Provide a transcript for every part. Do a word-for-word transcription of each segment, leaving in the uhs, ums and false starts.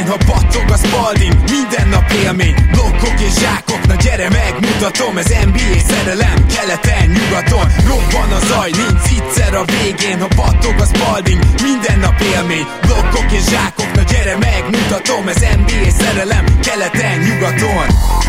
végén, ha battog a Spalding, minden nap élmény, blokkok és zsákok, na gyere megmutatom, ez en bé á szerelem, keleten, nyugaton, robban a zaj, nincs egyszer a végén, ha battog a Spalding, minden nap élmény, blokkok és zsákok, na gyere megmutatom, ez en bé á szerelem, keleten, nyugaton.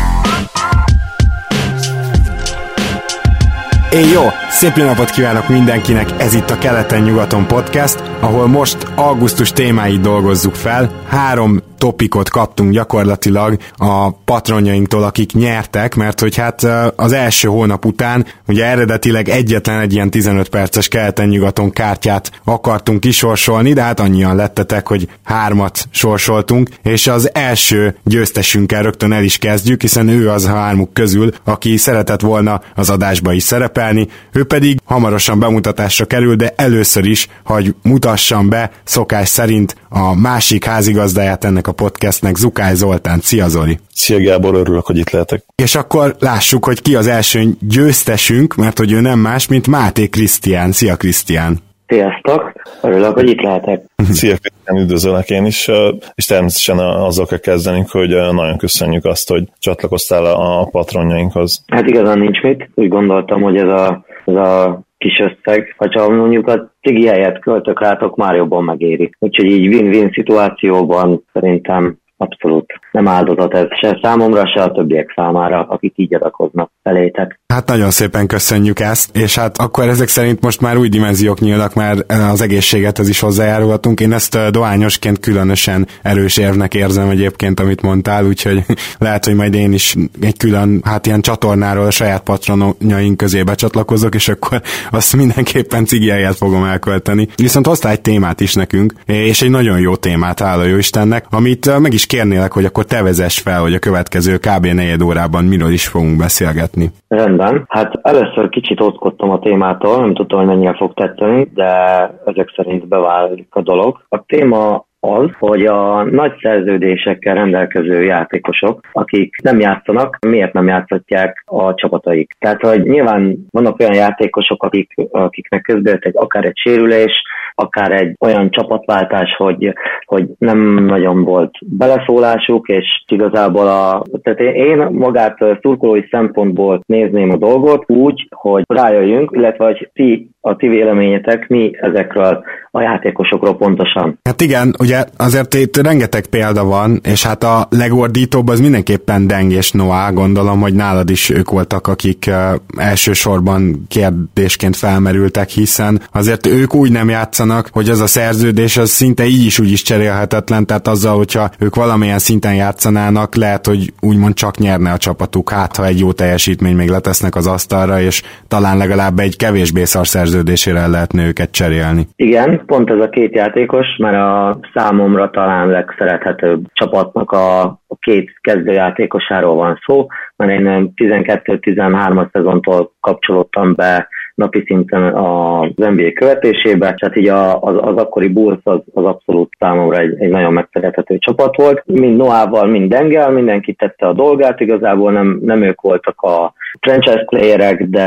Én jó, szép jó napot kívánok mindenkinek, ez itt a Keleten-nyugaton podcast, ahol most augusztus témáit dolgozzuk fel. Három topikot kaptunk gyakorlatilag a patronjainktól, akik nyertek, mert hogy hát az első hónap után ugye eredetileg egyetlen egy ilyen tizenöt perces Keleten-nyugaton kártyát akartunk kisorsolni, de hát annyian lettetek, hogy hármat sorsoltunk, és az első győztesünkkel rögtön el is kezdjük, hiszen ő az hármuk közül, aki szeretett volna az adásba is szerepelni, ő pedig hamarosan bemutatásra kerül, de először is, hogy mutassam be szokás szerint a másik házigazdáját ennek a podcastnek, Zukály Zoltán. Szia Zoli! Szia Gábor, örülök, hogy itt lehetek. És akkor lássuk, hogy ki az első győztesünk, mert hogy ő nem más, mint Máté Krisztián. Szia Krisztián! Sziasztok! Örülök, hogy itt lehetek. Szia Krisztián, üdvözöllek én is, és természetesen azzal kell kezdenünk, hogy nagyon köszönjük azt, hogy csatlakoztál a patronjainkhoz. Hát igazán nincs mit, úgy gondoltam, hogy ez a, ez a kis összeg, ha mondjuk a cigi helyet költök rátok, már jobban megéri. Úgyhogy így win-win szituációban szerintem abszolút nem áldozat ez se számomra, se a többiek számára, akik így adakoznak felétek. Hát nagyon szépen köszönjük ezt, és hát akkor ezek szerint most már új dimenziók nyílnak, már az egészségethez is hozzájárulhatunk. Én ezt dohányosként különösen erős érvnek érzem egyébként, amit mondtál, úgyhogy lehet, hogy majd én is egy külön, hát ilyen csatornáról a saját patronjaink közé becsatlakozok, és akkor azt mindenképpen cigi helyet fogom elkölteni. Viszont hoztál egy témát is nekünk, és egy nagyon jó témát, hála jó Istennek, amit meg is kérnélek, hogy akkor te vezess fel, hogy a következő kb. Negyed órában miről is fogunk beszélgetni. Rendben. Hát először kicsit óckodtam a témától, nem tudtam, hogy mennyire fog tetszeni, de ezek szerint beválik a dolog. A téma az, hogy a nagy szerződésekkel rendelkező játékosok, akik nem játszanak, miért nem játszhatják a csapataik. Tehát, hogy nyilván vannak olyan játékosok, akik, akiknek közbejött egy, akár egy sérülés, akár egy olyan csapatváltás, hogy, hogy nem nagyon volt beleszólásuk, és igazából a, tehát én magát szurkolói szempontból nézném a dolgot úgy, hogy rájöjjünk, illetve hogy ti, a ti véleményetek mi ezekről a játékosokról pontosan. Hát igen, ugye azért itt rengeteg példa van, és hát a legordítóbb az mindenképpen Deng és Noah, gondolom, hogy nálad is ők voltak, akik uh, elsősorban kérdésként felmerültek, hiszen azért ők úgy nem játszanak, hogy az a szerződés az szinte így is úgy is cserélhetetlen, tehát azzal, hogyha ők valamilyen szinten játszanának, lehet, hogy úgymond csak nyerne a csapatuk, hát ha egy jó teljesítmény még letesznek az asztalra, és talán legalább egy kevésbé szar szerződésére lehetne őket cserélni. Igen, pont ez a két játékos, mert a számomra talán legszerethetőbb csapatnak a, a két kezdőjátékosáról van szó, mert én tizenkettő-tizenhárom szezontól kapcsolódtam be napi szinten az en bé á követésébe, tehát így a, az, az akkori Bulls az, az abszolút számomra egy, egy nagyon megszerethető csapat volt. Mind Noával, mind Denggel, mindenki tette a dolgát, igazából nem, nem ők voltak a franchise playerek, de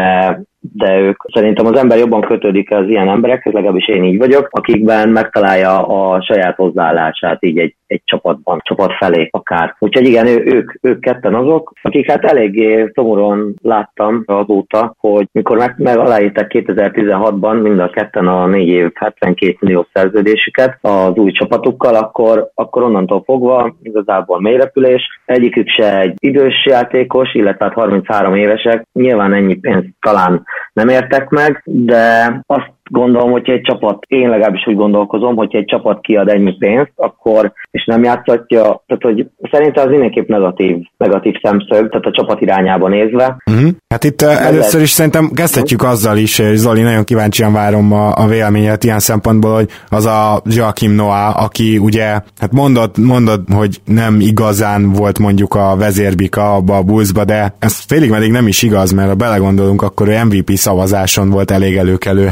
de ők szerintem az ember jobban kötődik az ilyen emberekhez, legalábbis én így vagyok, akikben megtalálja a saját hozzáállását így egy, egy csapatban, csapat felé akár. Úgyhogy igen, ő, ők, ők ketten azok, akik hát eléggé szomorúan láttam azóta, hogy mikor meg, meg aláírták kétezer-tizenhatban mind a ketten a négy év hetvenkét millió szerződésüket az új csapatukkal, akkor, akkor onnantól fogva igazából mélyrepülés. Egyikük se egy idős játékos, illetve hát harminchárom évesek, nyilván ennyi pénzt talán nem értek meg, de azt gondolom, hogyha egy csapat, én legalábbis úgy gondolkozom, hogyha egy csapat kiad ennyi pénzt, akkor, és nem játszhatja, tehát hogy szerintem az mindenképp negatív, negatív szemszög, tehát a csapat irányába nézve. Uh-huh. Hát itt uh, először is szerintem kezdhetjük azzal is, és Zoli, nagyon kíváncsian várom a, a véleményet ilyen szempontból, hogy az a Joakim Noah, aki ugye, hát mondod, mondod, hogy nem igazán volt mondjuk a vezérbika abba a Bullsba, de ez félig meddig nem is igaz, mert ha belegondolunk, akkor ő em vé pé szavazáson volt elég előkelő helyen.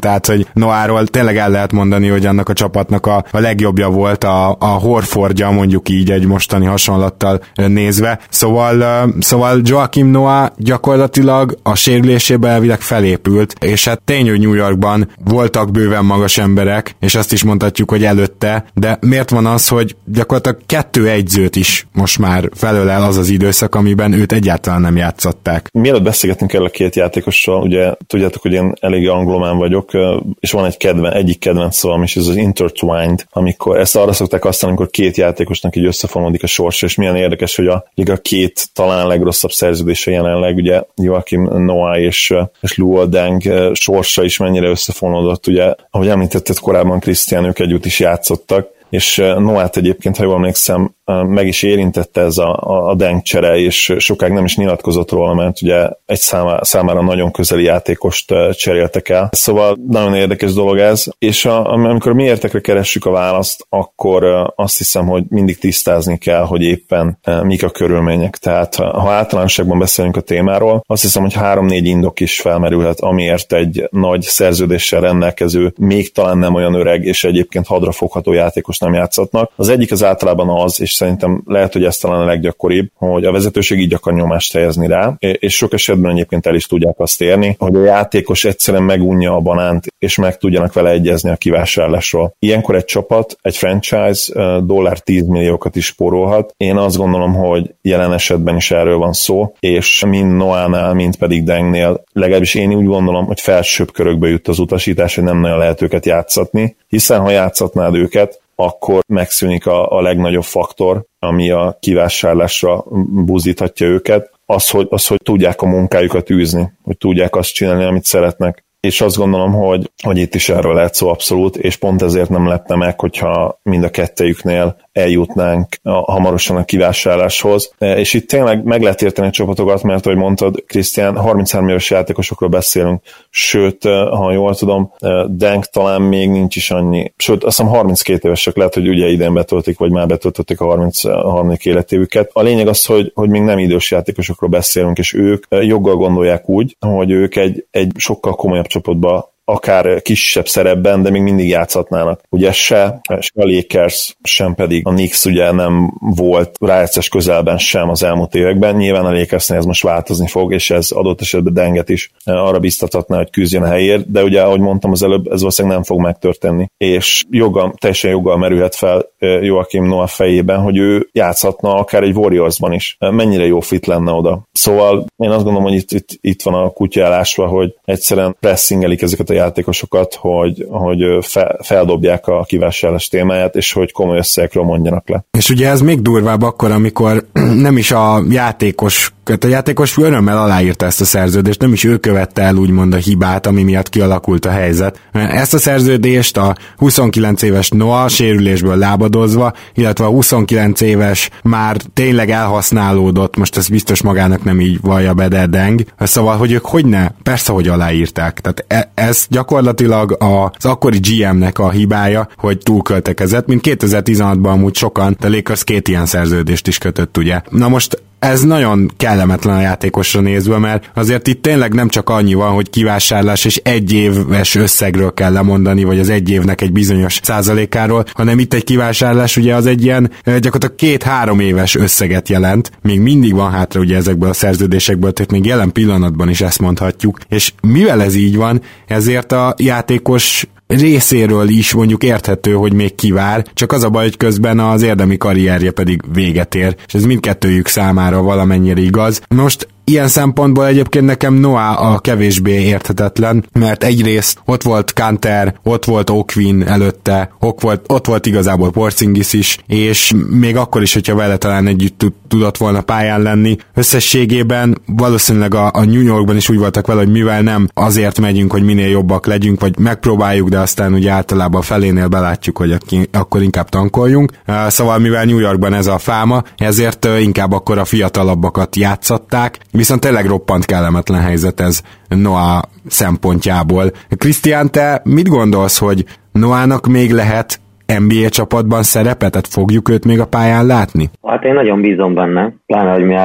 tehát hogy Noáról tényleg el lehet mondani, hogy annak a csapatnak a, a legjobbja volt a, a Horfordja, mondjuk így egy mostani hasonlattal nézve. Szóval, szóval Joakim Noah gyakorlatilag a sérülésében elvileg felépült, és hát tény, hogy New Yorkban voltak bőven magas emberek, és azt is mondhatjuk, hogy előtte, de miért van az, hogy gyakorlatilag kettő egyzőt is most már felölel az az időszak, amiben őt egyáltalán nem játszották. Mielőtt beszélgetünk el a két játékossal, ugye tudjátok, hogy én elég angolomán vagyok, és van egy kedven, egyik kedvenc szavam is, ez az intertwined, amikor ezt arra szokták használni, amikor két játékosnak így összefonódik a sorsa, és milyen érdekes, hogy a, a két talán legrosszabb szerződése jelenleg, ugye Joakim Noah és, és Luol Deng sorsa is mennyire összefonódott, ugye, ahogy említetted korábban, Krisztián, ők együtt is játszottak, és Noah-t egyébként, ha jól emlékszem, meg is érintette ez a, a Deng csere, és sokáig nem is nyilatkozott róla, mert ugye egy számá, számára nagyon közeli játékost cseréltek el. Szóval nagyon érdekes dolog ez, és a, amikor mi értekre keressük a választ, akkor azt hiszem, hogy mindig tisztázni kell, hogy éppen mik a körülmények. Tehát ha általánosságban beszélünk a témáról, azt hiszem, hogy három-négy indok is felmerülhet, amiért egy nagy szerződéssel rendelkező, még talán nem olyan öreg, és egyébként hadrafogható játékos nem játszhatnak. Az egyik az általában az, és szerintem lehet, hogy ez talán a leggyakoribb, hogy a vezetőség így akar nyomást helyezni rá, és sok esetben egyébként el is tudják azt érni, hogy a játékos egyszerűen megunja a banánt, és meg tudjanak vele egyezni a kivásárlásról. Ilyenkor egy csapat, egy franchise dollár tíz milliókat is spórolhat. Én azt gondolom, hogy jelen esetben is erről van szó, és mind Noah-nál, mind pedig Dengnél, legalábbis én úgy gondolom, hogy felsőbb körökbe jut az utasítás, hogy nem nagyon lehet őket játszatni, hiszen ha játszatnád őket, akkor megszűnik a, a legnagyobb faktor, ami a kivásárlásra buzdíthatja őket, az hogy, az, hogy tudják a munkájukat űzni, hogy tudják azt csinálni, amit szeretnek. És azt gondolom, hogy, hogy itt is erről lehet szó abszolút, és pont ezért nem lepne meg, hogyha mind a kettejüknél eljutnánk a, hamarosan a kivásárláshoz. És itt tényleg meg lehet érteni a csapatokat, mert ahogy mondtad, Krisztián, harminchárom éves játékosokról beszélünk, sőt, ha jól tudom, Deng talán még nincs is annyi, sőt, azt hiszem harminckét évesek, lehet, hogy ugye idén betöltik, vagy már betöltötték a harmincharmadik életévüket. A lényeg az, hogy, hogy még nem idős játékosokról beszélünk, és ők joggal gondolják úgy, hogy ők egy, egy sokkal komolyabb csapatba, akár kisebb szerepben, de még mindig játszhatnának. Ugye se, se a Lakers, sem pedig a Knicks ugye nem volt rájátszás közelben sem az elmúlt években. Nyilván a Lakersnél ez most változni fog, és ez adott esetben Denget is arra biztathatná, hogy küzdjön a helyért, de ugye, ahogy mondtam az előbb, ez valószínűleg nem fog megtörténni. És joggal, teljesen joggal merülhet fel Joakim Noah fejében, hogy ő játszhatna akár egy Warriorsban is. Mennyire jó fit lenne oda. Szóval én azt gondolom, hogy itt, itt, itt van a kutya elásva, hogy egyszerűen pressingelik ezeket a játékosokat, hogy, hogy fe, feldobják a kivásárlás témáját, és hogy komoly összegekről mondjanak le. És ugye ez még durvább akkor, amikor nem is a játékos, a játékos örömmel aláírta ezt a szerződést, nem is ő követte el úgymond a hibát, ami miatt kialakult a helyzet. Ezt a szerződést a huszonkilenc éves Noah sérülésből lábadozva, illetve a huszonkilenc éves már tényleg elhasználódott, most ez biztos magának nem így vallja be, de Deng, szóval, hogy ők hogy ne, persze, hogy aláírták. Tehát ez gyakorlatilag az akkori gé em-nek a hibája, hogy túlköltekezett, mint kétezer-tizenhatban amúgy sokan, de Lakers két ilyen szerződést is kötött, ugye. Na most ez nagyon kellemetlen a játékosra nézve, mert azért itt tényleg nem csak annyi van, hogy kivásárlás és egy éves összegről kell lemondani, vagy az egy évnek egy bizonyos százalékáról, hanem itt egy kivásárlás ugye az egy ilyen gyakorlatilag két-három éves összeget jelent. Még mindig van hátra ugye ezekből a szerződésekből, tehát még jelen pillanatban is ezt mondhatjuk. És mivel ez így van, ezért a játékos részéről is mondjuk érthető, hogy még kivár, csak az a baj, hogy közben az érdemi karrierje pedig véget ér, és ez mindkettőjük számára valamennyire igaz. Most ilyen szempontból egyébként nekem Noah a kevésbé érthetetlen, mert egyrészt ott volt Kanter, ott volt O'Quinn előtte, ott volt, ott volt igazából Porzingis is, és még akkor is, hogyha vele talán együtt tudott volna pályán lenni. Összességében valószínűleg a, a New Yorkban is úgy voltak vele, hogy mivel nem azért megyünk, hogy minél jobbak legyünk, vagy megpróbáljuk, de aztán ugye általában a felénél belátjuk, hogy akkor inkább tankoljunk. Szóval mivel New Yorkban ez a fáma, ezért inkább akkor a fiatalabbakat játszatták, viszont tényleg roppant kellemetlen helyzet ez Noah szempontjából. Krisztián, te mit gondolsz, hogy Noahnak még lehet en bé á csapatban szerepe? Tehát fogjuk őt még a pályán látni? Hát én nagyon bízom benne, pláne, hogy mivel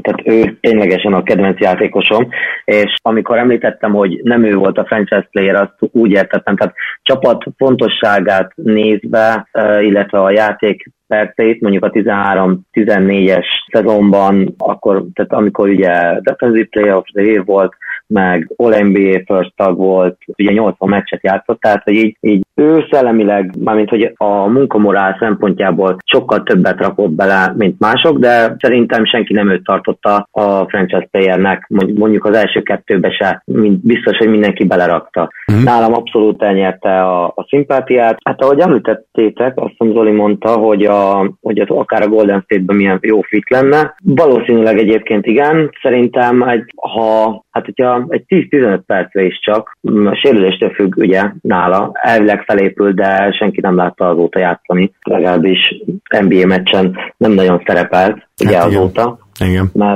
tehát ő ténylegesen a kedvenc játékosom, és amikor említettem, hogy nem ő volt a franchise player, azt úgy értettem, tehát csapat fontosságát nézve, illetve a játék percét, mondjuk a tizenhárom tizennégyes szezonban, akkor, tehát amikor ugye Defensive Player of the Year volt, meg All-en bé á First Tag volt, ugye nyolcvan meccset játszott, tehát hogy így, így ő szellemileg, mármint hogy a munkamorál szempontjából sokkal többet rakott bele, mint mások, de szerintem senki nem őt tartotta a franchise playernek, mondjuk az első kettőbe se, biztos, hogy mindenki belerakta. Mm. Nálam abszolút elnyerte a, a szimpátiát. Hát ahogy említettétek, azt hiszem Zoli mondta, hogy, a, hogy az akár a Golden State-ben milyen jó fit lenne. Valószínűleg egyébként igen, szerintem egy, ha hát hogyha egy tíz-tizenöt percre is csak, a sérüléstől függ ugye nála, elvileg felépül, de senki nem látta azóta játszani, legalábbis en bé á meccsen nem nagyon szerepelt, ugye hát azóta. Igen. Mert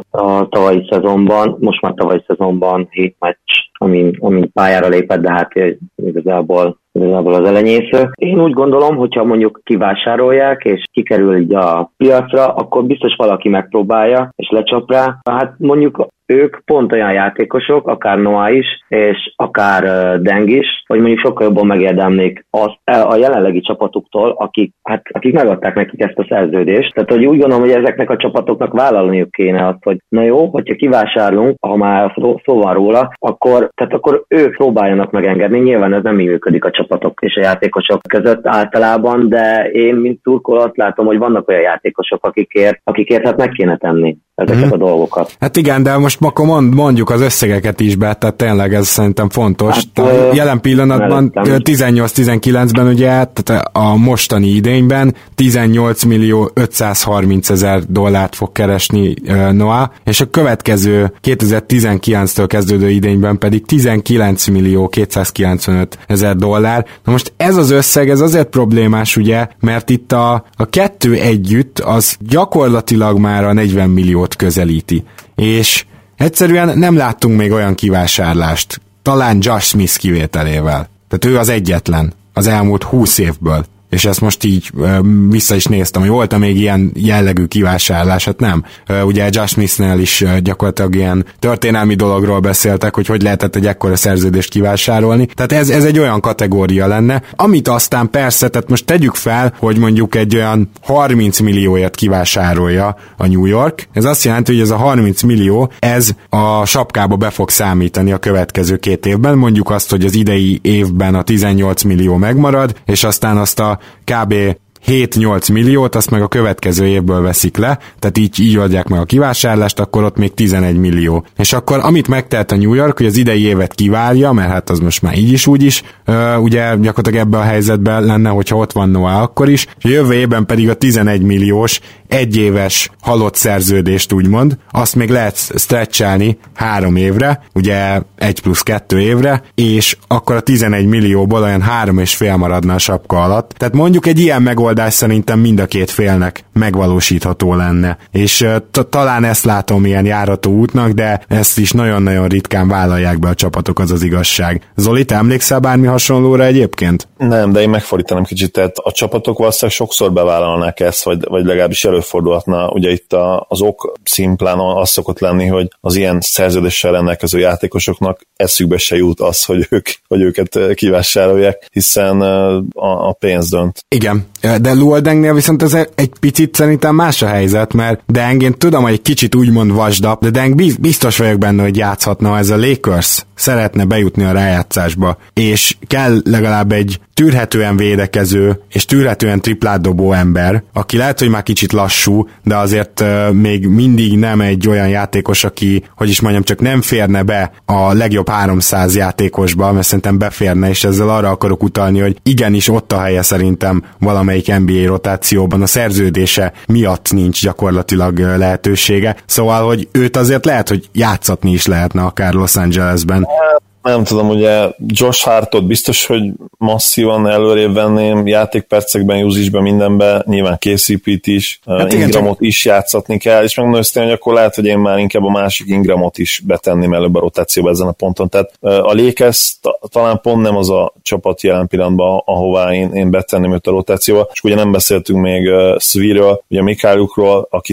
a tavalyi szezonban, most már tavalyi szezonban hét meccs, amin, amin pályára lépett, de hát igazából, igazából az elenyésző. Én úgy gondolom, hogyha mondjuk kivásárolják, és kikerül így a piacra, akkor biztos valaki megpróbálja, és lecsap rá. Hát mondjuk ők pont olyan játékosok, akár Noah is, és akár uh, Deng is, hogy mondjuk sokkal jobban megérdemlik azt a jelenlegi csapatuktól, akik, hát, akik megadták nekik ezt a szerződést. Tehát, hogy úgy gondolom, hogy ezeknek a csapatoknak vállalniuk kéne azt, hogy na jó, hogyha kivásárlunk, ha már szó van róla, akkor, tehát akkor ők próbáljanak megengedni. Nyilván ez nem így működik a csapatok és a játékosok között általában, de én, mint turkolat látom, hogy vannak olyan játékosok, akikért, akikért hát meg kéne tenni ezeket hmm. a dolgokat. Hát igen, de most akkor mond, mondjuk az összegeket is be, tehát tényleg ez szerintem fontos. Hát, jelen pillanatban tizennyolc tizenkilencben ugye, tehát a mostani idényben tizennyolc millió ötszázharmincezer dollárt fog keresni uh, Noah, és a következő kétezer-tizenkilenctől kezdődő idényben pedig tizenkilenc millió kétszázkilencvenöt ezer dollár. Na most ez az összeg, ez azért problémás ugye, mert itt a, a kettő együtt az gyakorlatilag már a negyven milliót közelíti. És egyszerűen nem láttunk még olyan kivásárlást, talán Josh Smith kivételével. Tehát ő az egyetlen az elmúlt húsz évből. És ezt most így ö, vissza is néztem, hogy volt-e még ilyen jellegű kivásárlás, hát nem. Ö, ugye Josh Smithnél is ö, gyakorlatilag ilyen történelmi dologról beszéltek, hogy hogy lehetett egy ekkora szerződést kivásárolni. Tehát ez, ez egy olyan kategória lenne, amit aztán persze, tehát most tegyük fel, hogy mondjuk egy olyan harminc millióért kivásárolja a New York. Ez azt jelenti, hogy ez a harminc millió, ez a sapkába be fog számítani a következő két évben. Mondjuk azt, hogy az idei évben a tizennyolc millió megmarad, és aztán azt a kb. hét-nyolc milliót, azt meg a következő évből veszik le, tehát így, így adják meg a kivásárlást, akkor ott még tizenegy millió. És akkor amit megtehet a New York, hogy az idei évet kivárja, mert hát az most már így is úgy is, uh, ugye gyakorlatilag ebben a helyzetben lenne, hogyha ott van Noah akkor is, és a jövő évben pedig a tizenegy milliós egyéves halott szerződést úgymond, azt még lehet stretchelni három évre, ugye egy plusz kettő évre, és akkor a tizenegy millióból olyan három és fél maradna a sapka alatt. Tehát mondjuk egy ilyen megoldás szerintem mind a két félnek megvalósítható lenne. És t- talán ezt látom ilyen járató útnak, de ezt is nagyon-nagyon ritkán vállalják be a csapatok, az az igazság. Zoli, te emlékszel bármi hasonlóra egyébként? Nem, de én megfordítanám kicsit, tehát a csapatok valószínűleg sokszor bevállalnák ezt, vagy, vagy legalábbis előfordulhatna. Ugye itt a, az ok szimplán az szokott lenni, hogy az ilyen szerződéssel rendelkező játékosoknak eszükbe se jut az, hogy, ők, hogy őket kivásárolják, hiszen a, a pénz dönt. Igen, de Luol Dengnél viszont ez egy picit szerintem más a helyzet, mert Deng, én tudom, hogy egy kicsit úgymond vasdap, de Deng biztos vagyok benne, hogy játszhatna, ez a Lakers szeretne bejutni a rájátszásba, és kell legalább egy tűrhetően védekező és tűrhetően triplát dobó ember, aki lehet, hogy már kicsit lassú, de azért uh, még mindig nem egy olyan játékos, aki, hogy is mondjam, csak nem férne be a legjobb háromszáz játékosba, mert szerintem beférne, és ezzel arra akarok utalni, hogy igenis ott a helye szerintem valamelyik en bé á rotációban, a szerződése miatt nincs gyakorlatilag lehetősége, szóval, hogy őt azért lehet, hogy játszatni is lehetne akár Los Angelesben. Nem tudom, ugye Josh Hartot biztos, hogy masszívan előrébb venném, játékpercekben, usage-ben, mindenben, nyilván ká cé pét is, hát Ingramot csak... is játszatni kell, és megmondom őszintén, hogy akkor lehet, hogy én már inkább a másik Ingramot is betenném előbb a rotációba ezen a ponton. Tehát a Lakers talán pont nem az a csapat jelen pillanatban, ahová én, én betenném őt a rotációba, és ugye nem beszéltünk még Sviről, ugye Mikálukról, akit meg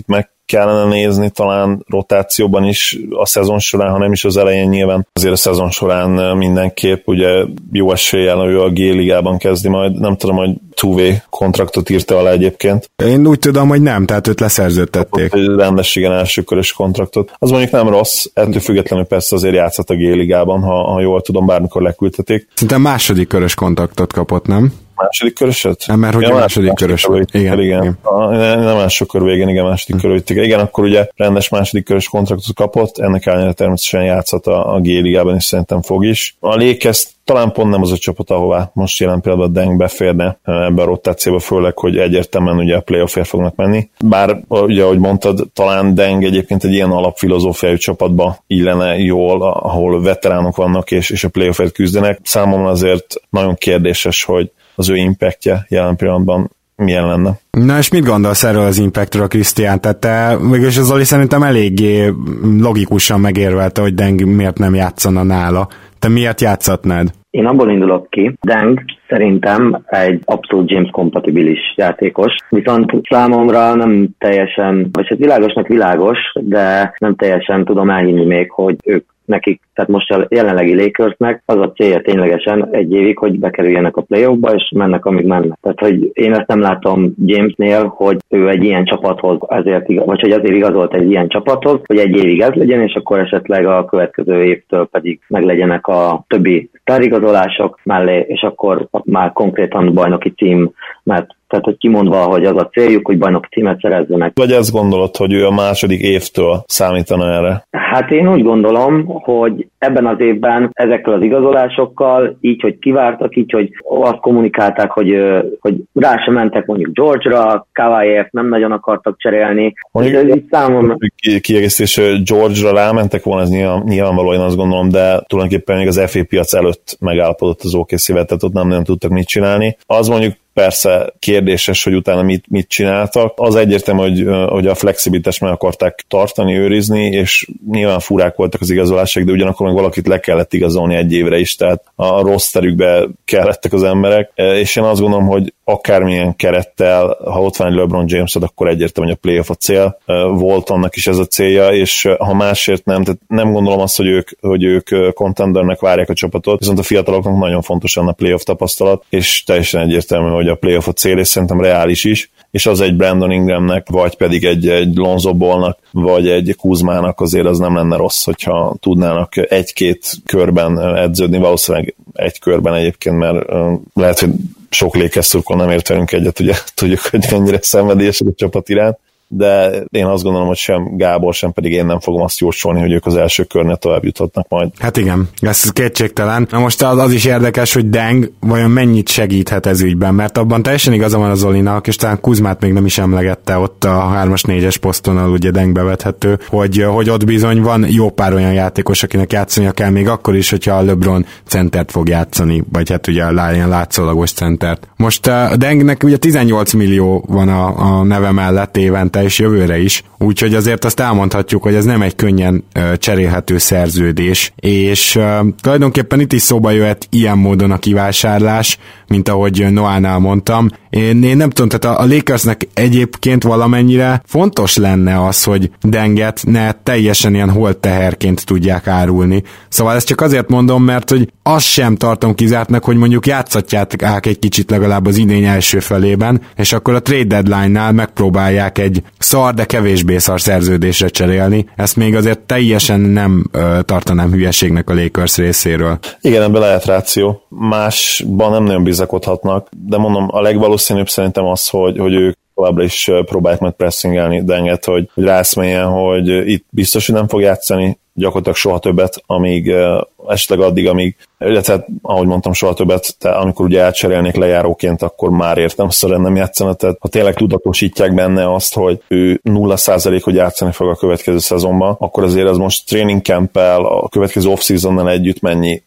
kellene nézni talán rotációban is a szezon során, ha nem is az elején nyilván. Azért a szezon során mindenképp ugye jó eséllyel ő a G-ligában kezdi majd, nem tudom, hogy two-way kontraktot írta alá egyébként. Én úgy tudom, hogy nem, tehát őt leszerződtették. Rendes, igen, elsőkörös kontraktot. Az mondjuk nem rossz, ettől függetlenül persze azért játszott a G-ligában, ha, ha jól tudom, bármikor leküldhetik. Szerintem második körös kontraktot kapott, nem? Második köröset? Nem, mert hogy ja, a második, második körös volt. Igen, igen. igen. A, nem első kör végén, igen, második kör végén. Igen, akkor ugye rendes második körös kontraktot kapott, ennek ellenére természetesen játszhat a, a G-ligában, és szerintem fog is. A Lakers talán pont nem az a csapat, ahová most jelen pillanatban Deng beférne ebbe a rotációba, főleg, hogy egyértelműen ugye a playoffért fognak menni. Bár, ugye, ahogy mondtad, talán Deng egyébként egy ilyen alapfilozófiájú csapatba illene jól, ahol veteránok vannak, és, és a playoffért küzdenek. Számomra azért nagyon kérdéses, hogy az ő impactje jelen pillanatban milyen lenne. Na és mit gondolsz erről az impactről, Krisztián? Tehát te, mégis az Zoli szerintem eléggé logikusan megérvelte, hogy Deng miért nem játszana nála. Te miért játszhatnád? Én abból indulok ki, Deng szerintem egy abszolút James-kompatibilis játékos, viszont számomra nem teljesen, vagy hát világosnak világos, de nem teljesen tudom elhinni még, hogy ők nekik, tehát most a jelenlegi Lakersnek az a célja ténylegesen egy évig, hogy bekerüljenek a play-offba, és mennek, amíg mennek. Tehát, hogy én ezt nem látom Jamesnél, hogy ő egy ilyen csapathoz, azért, vagy hogy azért igazolt egy ilyen csapathoz, hogy egy évig ez legyen, és akkor esetleg a következő évtől pedig meglegyenek a többi sztárigazolások mellé, és akkor már konkrétan bajnoki cím, mert tehát, hogy kimondva, hogy az a céljuk, hogy bajnoki címet szerezzenek. Vagy ezt gondolod, hogy ő a második évtől számítana erre? Hát én úgy gondolom, hogy ebben az évben ezekkel az igazolásokkal, így, hogy kivártak, így, hogy azt kommunikálták, hogy, hogy rá sem mentek mondjuk George-ra, Kawhiért nem nagyon akartak cserélni. Mondjuk, ez így számomra... Kiegészítés, George-ra rámentek volna, ez nyilván, nyilvánvaló, én azt gondolom, de tulajdonképpen még az ef á piac előtt megállapodott az o ká cé-vel, tehát ott nem nagyon tudtak mit csinálni. Az mondjuk persze kérdéses, hogy utána mit, mit csináltak. Az egyértelmű, hogy, hogy a flexibilitást meg akarták tartani, őrizni, és nyilván furák voltak az igazolások, de ugyanakkor meg valakit le kellett igazolni egy évre is, tehát a rosterükbe kellettek az emberek, és én azt gondolom, hogy akármilyen kerettel, ha ott van egy LeBron James-ed, akkor egyértelmű, hogy a playoff a cél. Volt annak is ez a célja, és ha másért nem, tehát nem gondolom azt, hogy ők, hogy ők contendernek várják a csapatot, viszont a fiataloknak nagyon fontos lenne a playoff tapasztalat, és teljesen egyértelmű, hogy a playoff a cél, és szerintem reális is, és az egy Brandon Ingramnek, vagy pedig egy, egy Lonzo Ballnak, vagy egy Kuzmának azért az nem lenne rossz, hogyha tudnának egy-két körben edződni, valószínűleg egy körben egyébként, mert lehet, hogy sok Lakers szurkol nem ért velünk egyet, ugye tudjuk, hogy mennyire szenvedélyesek a csapat iránt, de én azt gondolom, hogy sem Gábor, sem pedig én nem fogom azt jósolni, hogy ők az első körnél tovább juthatnak majd. Hát igen, ez kétségtelen. Na most az, az is érdekes, hogy Deng vajon mennyit segíthet ez ügyben, mert abban teljesen igaza van az Zolinak, és talán Kuzmát még nem is emlegette ott a hármas négyes poszton, ahol ugye Deng bevethető, hogy, hogy ott bizony van jó pár olyan játékos, akinek játszania kell, még akkor is, hogyha a LeBron centert fog játszani, vagy hát ugye ilyen látszólagos centert. Most a Dengnek ugye tizennyolc millió van a, a neve mellett évente, és jövőre is, úgyhogy azért azt elmondhatjuk, hogy ez nem egy könnyen uh, cserélhető szerződés, és uh, tulajdonképpen itt is szóba jöhet ilyen módon a kivásárlás, mint ahogy Noánál mondtam. Én, én nem tudom, tehát a, a Lakersnek egyébként valamennyire fontos lenne az, hogy Denget ne teljesen ilyen holtteherként tudják árulni. Szóval ezt csak azért mondom, mert hogy azt sem tartom kizártnak, hogy mondjuk játszatják egy kicsit legalább az idény első felében, és akkor a trade deadline-nál megpróbálják egy szar, de kevésbé szar szerződésre cserélni. Ezt még azért teljesen nem ö, tartanám hülyeségnek a Lakers részéről. Igen, ebben lehet ráció. Másban nem nagyon bizakodhatnak, de mondom, a legvalószínűbb szerintem az, hogy, hogy ők továbbra is próbálják meg pressingelni Denget, hogy, hogy rászméljen, hogy itt biztos, hogy nem fog játszani, gyakorlatilag soha többet, amíg esetleg addig, amíg, illetve ahogy mondtam, soha többet, de amikor ugye elcserélnék lejáróként, akkor már értelmszerűen nem játszana, tehát ha tényleg tudatosítják benne azt, hogy ő nulla százalék, hogy játszani fog a következő szezonban, akkor azért az most training camp-el, a következő off-seasonnal együtt mennyi,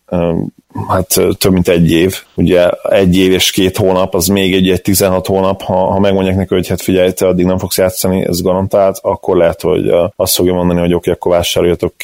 hát több mint egy év, ugye egy év és két hónap, az még egy, egy tizenhat hónap, ha, ha megmondják neki, hogy hát figyelj, te addig nem fogsz játszani, ez garantált, akkor lehet, hogy azt fogja mondani, hogy oké, okay, akkor vásároljatok ki.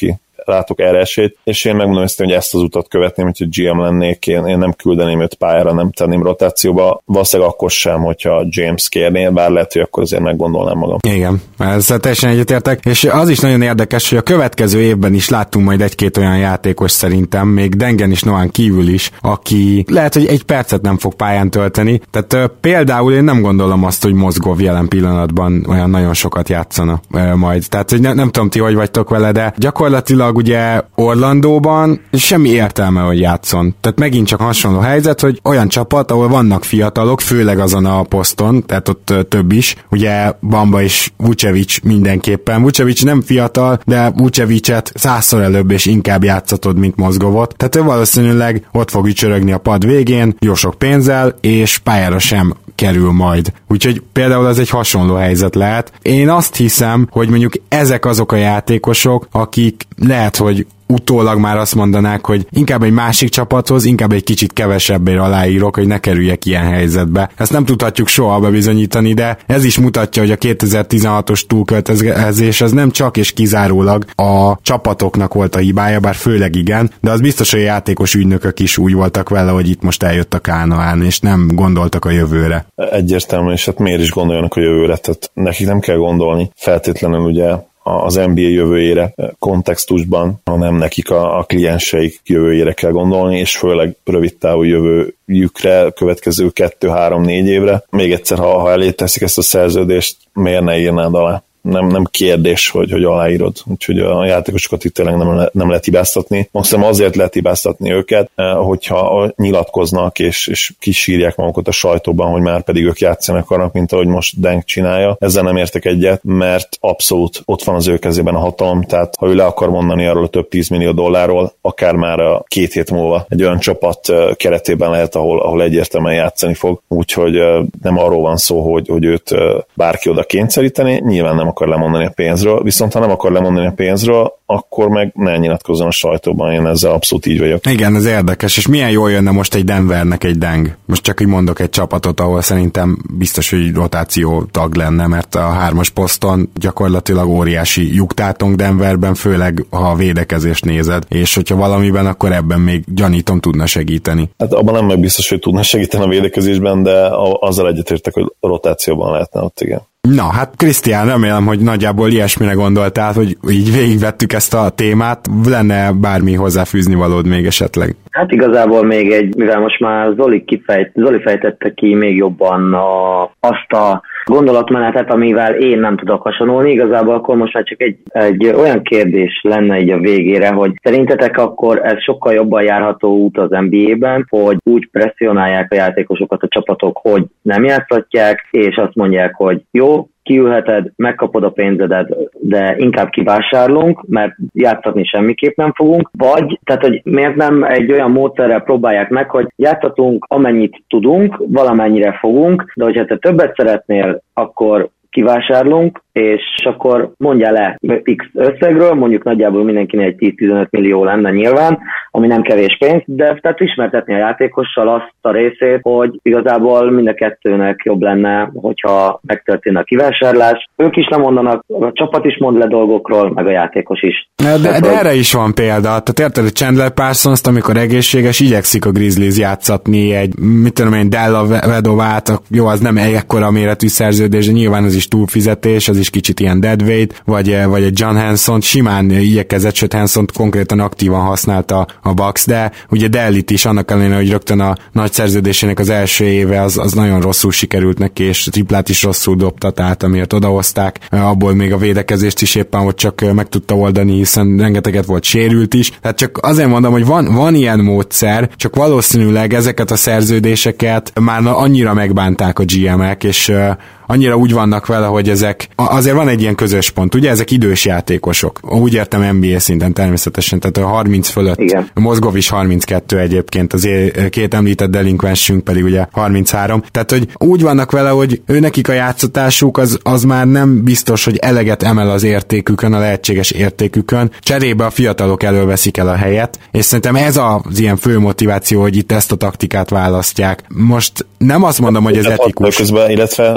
látok erre esélyt, és én megmondom ezt, hogy ezt az utat követném, hogyha gé em lennék, én, én nem küldeném őt pályára, nem tenném rotációba, valószínűleg akkor sem, hogyha James kérné, bár lehet, hogy akkor azért meggondolnám magam. Igen, ezzel teljesen egyetértek, és az is nagyon érdekes, hogy a következő évben is láttunk majd egy-két olyan játékos szerintem, még Dengen és Noán kívül is, aki lehet, hogy egy percet nem fog pályán tölteni, tehát uh, például én nem gondolom azt, hogy Mozgov jelen pillanatban olyan nagyon sokat játszana uh, majd, tehát hogy ne, nem tudom ti, hogy vagytok vele, de gyakorlatilag ugye Orlandóban semmi értelme, hogy játszon, tehát megint csak hasonló helyzet, hogy olyan csapat, ahol vannak fiatalok, főleg azon a poszton, tehát ott uh, több is, ugye Bamba és Vucevic mindenképpen, Vucevic nem fiatal, de Vucevicet százszor előbb és inkább játszatod, mint Mozgovot, tehát ő valószínűleg ott fog ücsörögni a pad végén, jó sok pénzzel, és pályára sem kerül majd. Úgyhogy például ez egy hasonló helyzet lehet. Én azt hiszem, hogy mondjuk ezek azok a játékosok, akik lehet, hogy utólag már azt mondanák, hogy inkább egy másik csapathoz, inkább egy kicsit kevesebbért aláírok, hogy ne kerüljek ilyen helyzetbe. Ezt nem tudhatjuk soha bebizonyítani, de ez is mutatja, hogy a kétezer-tizenhatos túlköltözés az nem csak és kizárólag a csapatoknak volt a hibája, bár főleg igen, de az biztos, hogy a játékos ügynökök is úgy voltak vele, hogy itt most eljött a Kánaán, és nem gondoltak a jövőre. Egyértelmű, és hát miért is gondoljanak a jövőre? Tehát nekik nem kell gondolni feltétlenül ugye az en bé á jövőjére kontextusban, hanem nekik a, a klienseik jövőjére kell gondolni, és főleg rövid távú jövőjükre, következő kettő, három, négy évre. Még egyszer, ha, ha elé teszik ezt a szerződést, miért ne írnád alá? Nem, nem kérdés, hogy, hogy aláírod. Úgyhogy a játékosokat itt tényleg nem, le, nem lehet hibáztatni. Maximum azért lehet hibáztatni őket, hogyha nyilatkoznak és, és kisírják magukat a sajtóban, hogy már pedig ők játszani akarnak, mint ahogy most Deng csinálja. Ezzel nem értek egyet, mert abszolút ott van az ő kezében a hatalom, tehát ha ő le akar mondani arról a több tízmillió dollárról, akár már a két hét múlva egy olyan csapat keretében lehet, ahol, ahol egyértelműen játszani fog. Úgyhogy nem arról van szó, hogy, hogy őt bárki oda kényszeríteni, nyilván nem akar lemondani a pénzről, viszont ha nem akar lemondani a pénzről, akkor meg ne nyilatkozzon a sajtóban, én ezzel abszolút így vagyok. Igen, ez érdekes, és milyen jól jönne most egy Denvernek egy Deng. Most csak így mondok egy csapatot, ahol szerintem biztos, hogy rotáció tag lenne, mert a hármas poszton gyakorlatilag óriási lyuktátunk Denverben, főleg ha a védekezést nézed, és hogyha valamiben, akkor ebben még gyanítom tudna segíteni. Hát abban nem meg biztos, hogy tudna segíteni a védekezésben, de azzal egyetértek, hogy a rotációban lehetne ott, igen. Na, hát Krisztián, remélem, hogy nagyjából ilyesmire gondoltál, hogy így végigvettük ezt a témát. Lenne bármi hozzáfűzni valód még esetleg? Hát igazából még egy, mivel most már Zoli, kifejt, Zoli fejtette ki még jobban a, azt a gondolatmenetet, amivel én nem tudok hasonlulni, igazából akkor most már csak egy, egy olyan kérdés lenne így a végére, hogy szerintetek akkor ez sokkal jobban járható út az en bé á-ben, hogy úgy presszionálják a játékosokat a csapatok, hogy nem játszhatják, és azt mondják, hogy jó, kiülheted, megkapod a pénzedet, de inkább kivásárlunk, mert játszatni semmiképp nem fogunk, vagy, tehát, hogy miért nem egy olyan módszerrel próbálják meg, hogy játszatunk, amennyit tudunk, valamennyire fogunk, de hogyha te többet szeretnél, akkor kivásárlunk, és akkor mondja le X összegről, mondjuk nagyjából mindenkinek egy tíz-tizenöt millió lenne nyilván, ami nem kevés pénz, de tehát ismertetni a játékossal azt a részét, hogy igazából mind a kettőnek jobb lenne, hogyha megtörténne a kivásárlás. Ők is lemondanak, a csapat is mond le dolgokról, meg a játékos is. De, de, de erre is van példa. Tehát érted, hogy Chandler Parsons-t, amikor egészséges, igyekszik a Grizzlies játszatni egy, mit tudom én, Della Vedovát, jó, az nem ekkora méretű szerződés, de nyilván az is túlfizetés, az is kicsit ilyen deadweight, vagy, vagy egy John Hanson simán igyekezett, sőt Hansont konkrétan aktívan használta a Bucks, de ugye Dellit is annak ellenére, hogy rögtön a nagy szerződésének az első éve az, az nagyon rosszul sikerült neki, és triplát is rosszul dobta, tehát amiért odahozták, abból még a védekezést is éppen ott csak meg tudta oldani, hiszen rengeteget volt sérült is. Tehát csak azért mondom, hogy van, van ilyen módszer, csak valószínűleg ezeket a szerződéseket már annyira megbánták a gé em-ek, és annyira úgy vannak vele, hogy ezek, azért van egy ilyen közös pont, ugye ezek idős játékosok. Úgy értem en bé á szinten természetesen, tehát a harminc fölött. Igen. Mozgov is harminckettő egyébként, az két említett delinkvensünk pedig ugye harminchárom. Tehát, hogy úgy vannak vele, hogy ő nekik a játszatásuk az, az már nem biztos, hogy eleget emel az értékükön, a lehetséges értékükön. Cserébe a fiatalok előveszik el a helyet, és szerintem ez az ilyen fő motiváció, hogy itt ezt a taktikát választják. Most nem azt mondom, hogy ez etikus. Közben, illetve nem, a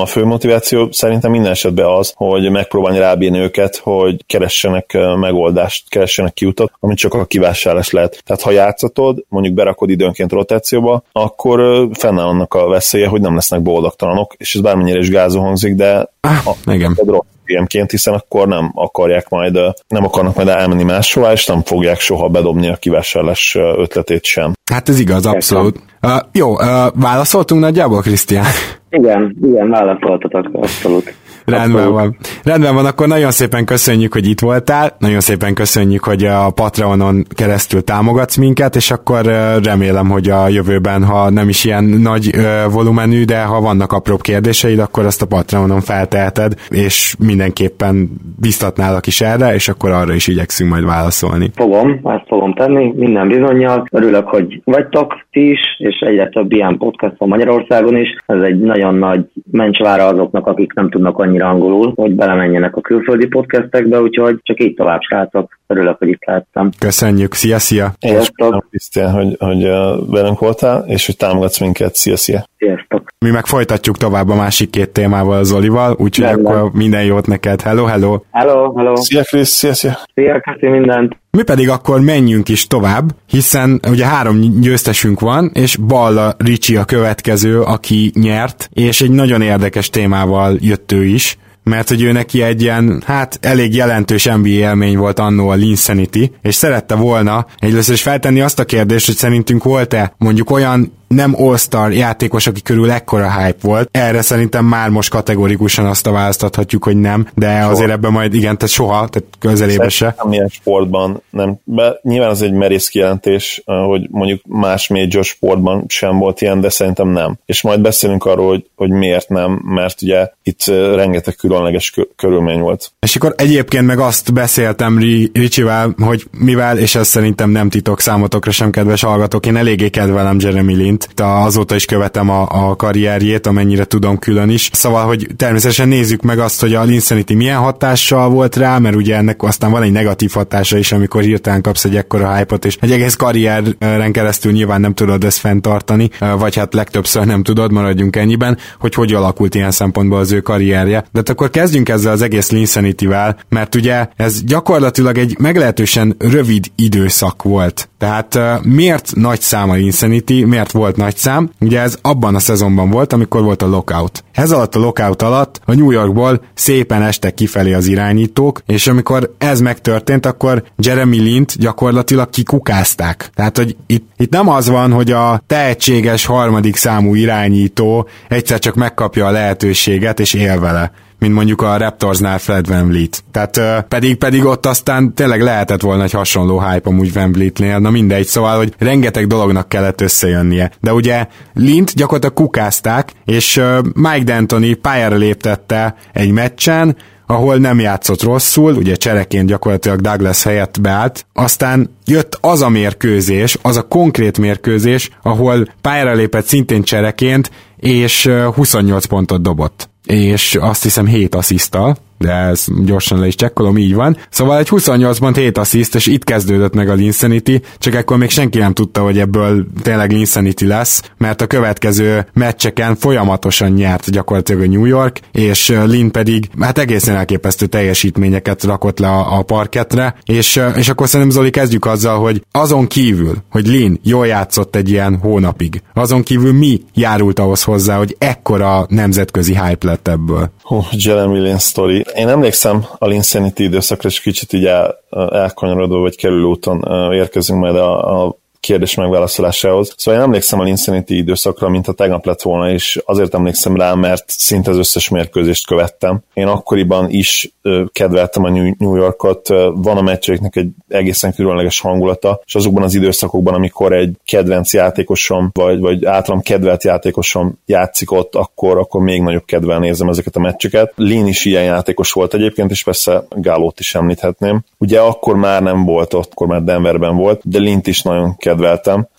fő motiváció szerintem minden esetben az, hogy megpróbálni rábírni őket, hogy keressenek megoldást, keressenek kiutat, amit csak a kivásárlás lehet. Tehát ha játszatod, mondjuk berakod időnként rotációba, akkor fennáll annak a veszélye, hogy nem lesznek boldogtalanok, és ez bármennyire is gázó hangzik, de ah, a, igen. Ilyenként, hiszen akkor nem akarják majd, nem akarnak majd elmenni máshová, és nem fogják soha bedobni a kivásárlás ötletét sem. Hát ez igaz, abszolút. Uh, jó, uh, válaszoltunk nagyjából, Krisztián? Igen, igen, válaszoltatok, abszolút. Rendben van. Rendben van, akkor nagyon szépen köszönjük, hogy itt voltál, nagyon szépen köszönjük, hogy a Patreonon keresztül támogatsz minket, és akkor remélem, hogy a jövőben, ha nem is ilyen nagy volumenű, de ha vannak apróbb kérdéseid, akkor azt a Patreonon felteheted, és mindenképpen biztatnálak is erre, és akkor arra is igyekszünk majd válaszolni. Fogom, ezt fogom tenni, minden bizonnyal. Örülök, hogy vagytok ti is, és egyre több ilyen podcast van Magyarországon is. Ez egy nagyon nagy mencsvára azoknak, akik nem tudnak annyira angolul, hogy belemenjenek a külföldi podcastekbe, úgyhogy csak így tovább, srácok. Örülök, hogy itt lehettem. Köszönjük, szia, szia! Én is köszönöm, Krisztián, hogy, hogy velünk voltál, és hogy támogatsz minket. Szia, szia! Sziasztok! Mi meg folytatjuk tovább a másik két témával Zolival, úgyhogy akkor minden jót neked. Hello, hello! Hello, hello! Szia, Krisz, szia, szia! Szia, köszi mindent! Mi pedig akkor menjünk is tovább, hiszen ugye három győztesünk van, és Balla Ricsi a következő, aki nyert, és egy nagyon érdekes témával jött ő is, mert hogy ő neki egy ilyen, hát elég jelentős en bé á élmény volt annó a Linsanity, és szerette volna egyrészt is feltenni azt a kérdést, hogy szerintünk volt-e mondjuk olyan nem All-Star játékos, aki körül ekkora hype volt. Erre szerintem már most kategorikusan azt a választathatjuk, hogy nem, de soha. Azért ebben majd igen, tehát soha, tehát közelébe se. Nem ilyen sportban, nem. Be, nyilván az egy merész kijelentés, hogy mondjuk más major sportban sem volt ilyen, de szerintem nem. És majd beszélünk arról, hogy, hogy miért nem, mert ugye itt rengeteg különleges körülmény volt. És akkor egyébként meg azt beszéltem Ricsivel, hogy mivel, és ez szerintem nem titok számotokra sem, kedves hallgatók, én eléggé kedvelem Jeremy Lint, azóta is követem a, a karrierjét, amennyire tudom külön is. Szóval, hogy természetesen nézzük meg azt, hogy a Linsanity milyen hatással volt rá, mert ugye ennek aztán van egy negatív hatása is, amikor hirtelen kapsz egy ekkora hype-ot, és egy egész karrieren keresztül nyilván nem tudod ezt fenntartani, vagy hát legtöbbször nem tudod, maradjunk ennyiben, hogy hogy alakult ilyen szempontból az ő karrierje. De akkor kezdjünk ezzel az egész Linsanityvel, mert ugye ez gyakorlatilag egy meglehetősen rövid időszak volt. Tehát miért nagy szám a Linsanity, miért volt nagy szám? Ugye ez abban a szezonban volt, amikor volt a lockout. Ez alatt a lockout alatt a New Yorkból szépen estek kifelé az irányítók, és amikor ez megtörtént, akkor Jeremy Lint gyakorlatilag kikukázták. Tehát, hogy itt, itt nem az van, hogy a tehetséges harmadik számú irányító egyszer csak megkapja a lehetőséget, és él vele, mint mondjuk a Raptorsnál Fred VanVleet. Tehát uh, pedig, pedig ott aztán tényleg lehetett volna egy hasonló hype amúgy VanVleetnél, na mindegy, szóval, hogy rengeteg dolognak kellett összejönnie. De ugye Lint gyakorlatilag kukázták, és uh, Mike D'Antoni pályára léptette egy meccsen, ahol nem játszott rosszul, ugye csereként gyakorlatilag Douglas helyett beállt, aztán jött az a mérkőzés, az a konkrét mérkőzés, ahol pályára lépett szintén csereként, és uh, huszonnyolc pontot dobott. És azt hiszem hét assziszttal, de ez gyorsan le is csekkolom, így van. Szóval egy huszonnyolc pont hét assziszt, és itt kezdődött meg a Linsanity, csak ekkor még senki nem tudta, hogy ebből tényleg Linsanity lesz, mert a következő meccseken folyamatosan nyert gyakorlatilag a New York, és Lin pedig hát egészen elképesztő teljesítményeket rakott le a, a parketre, és, és akkor szerintem Zoli kezdjük azzal, hogy azon kívül, hogy Lin jól játszott egy ilyen hónapig, azon kívül mi járult ahhoz hozzá, hogy ekkora nemzetközi hype lett ebből? Hú, Jeremy Lin sztori. Én emlékszem a Linsanity időszakra, és kicsit így el, elkanyarodó vagy kerülő úton érkezünk majd a, a kérdés megválaszolásához. Szóval én emlékszem a Linsanity időszakra, mint a tegnap lett volna, és azért emlékszem rá, mert szinte az összes mérkőzést követtem. Én akkoriban is ö, kedveltem a New Yorkot, van a meccseiknek egy egészen különleges hangulata, és azokban az időszakokban, amikor egy kedvenc játékosom, vagy, vagy általam kedvelt játékosom játszik ott, akkor, akkor még nagyobb kedvel nézem ezeket a meccseket. Lin is ilyen játékos volt egyébként, és persze Gálót is említhetném. Ugye akkor már nem volt ott, akkor már Denverben volt, de Lint is nagyon kedveltem.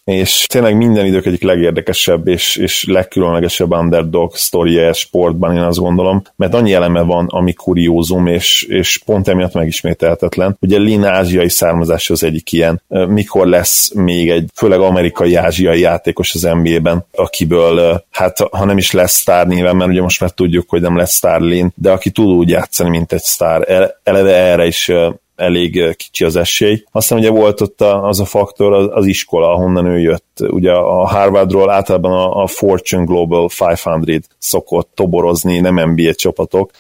és tényleg minden idők egyik legérdekesebb és, és legkülönlegesebb underdog sztoria sportban, én azt gondolom, mert annyi eleme van, ami kuriózum, és, és pont emiatt megismételhetetlen. Ugye Lin ázsiai származás az egyik ilyen. Mikor lesz még egy főleg amerikai-ázsiai játékos az en bé á-ben, akiből, hát ha nem is lesz sztár néven, mert ugye most már tudjuk, hogy nem lesz sztár Lin, de aki tud úgy játszani, mint egy sztár. Eleve erre is elég kicsi az esély. Aztán ugye volt ott az a faktor, az, az iskola, ahonnan ő jött. Ugye a Harvardról általában a, a Fortune Global ötszáz szokott toborozni, nem en bé á csapatok.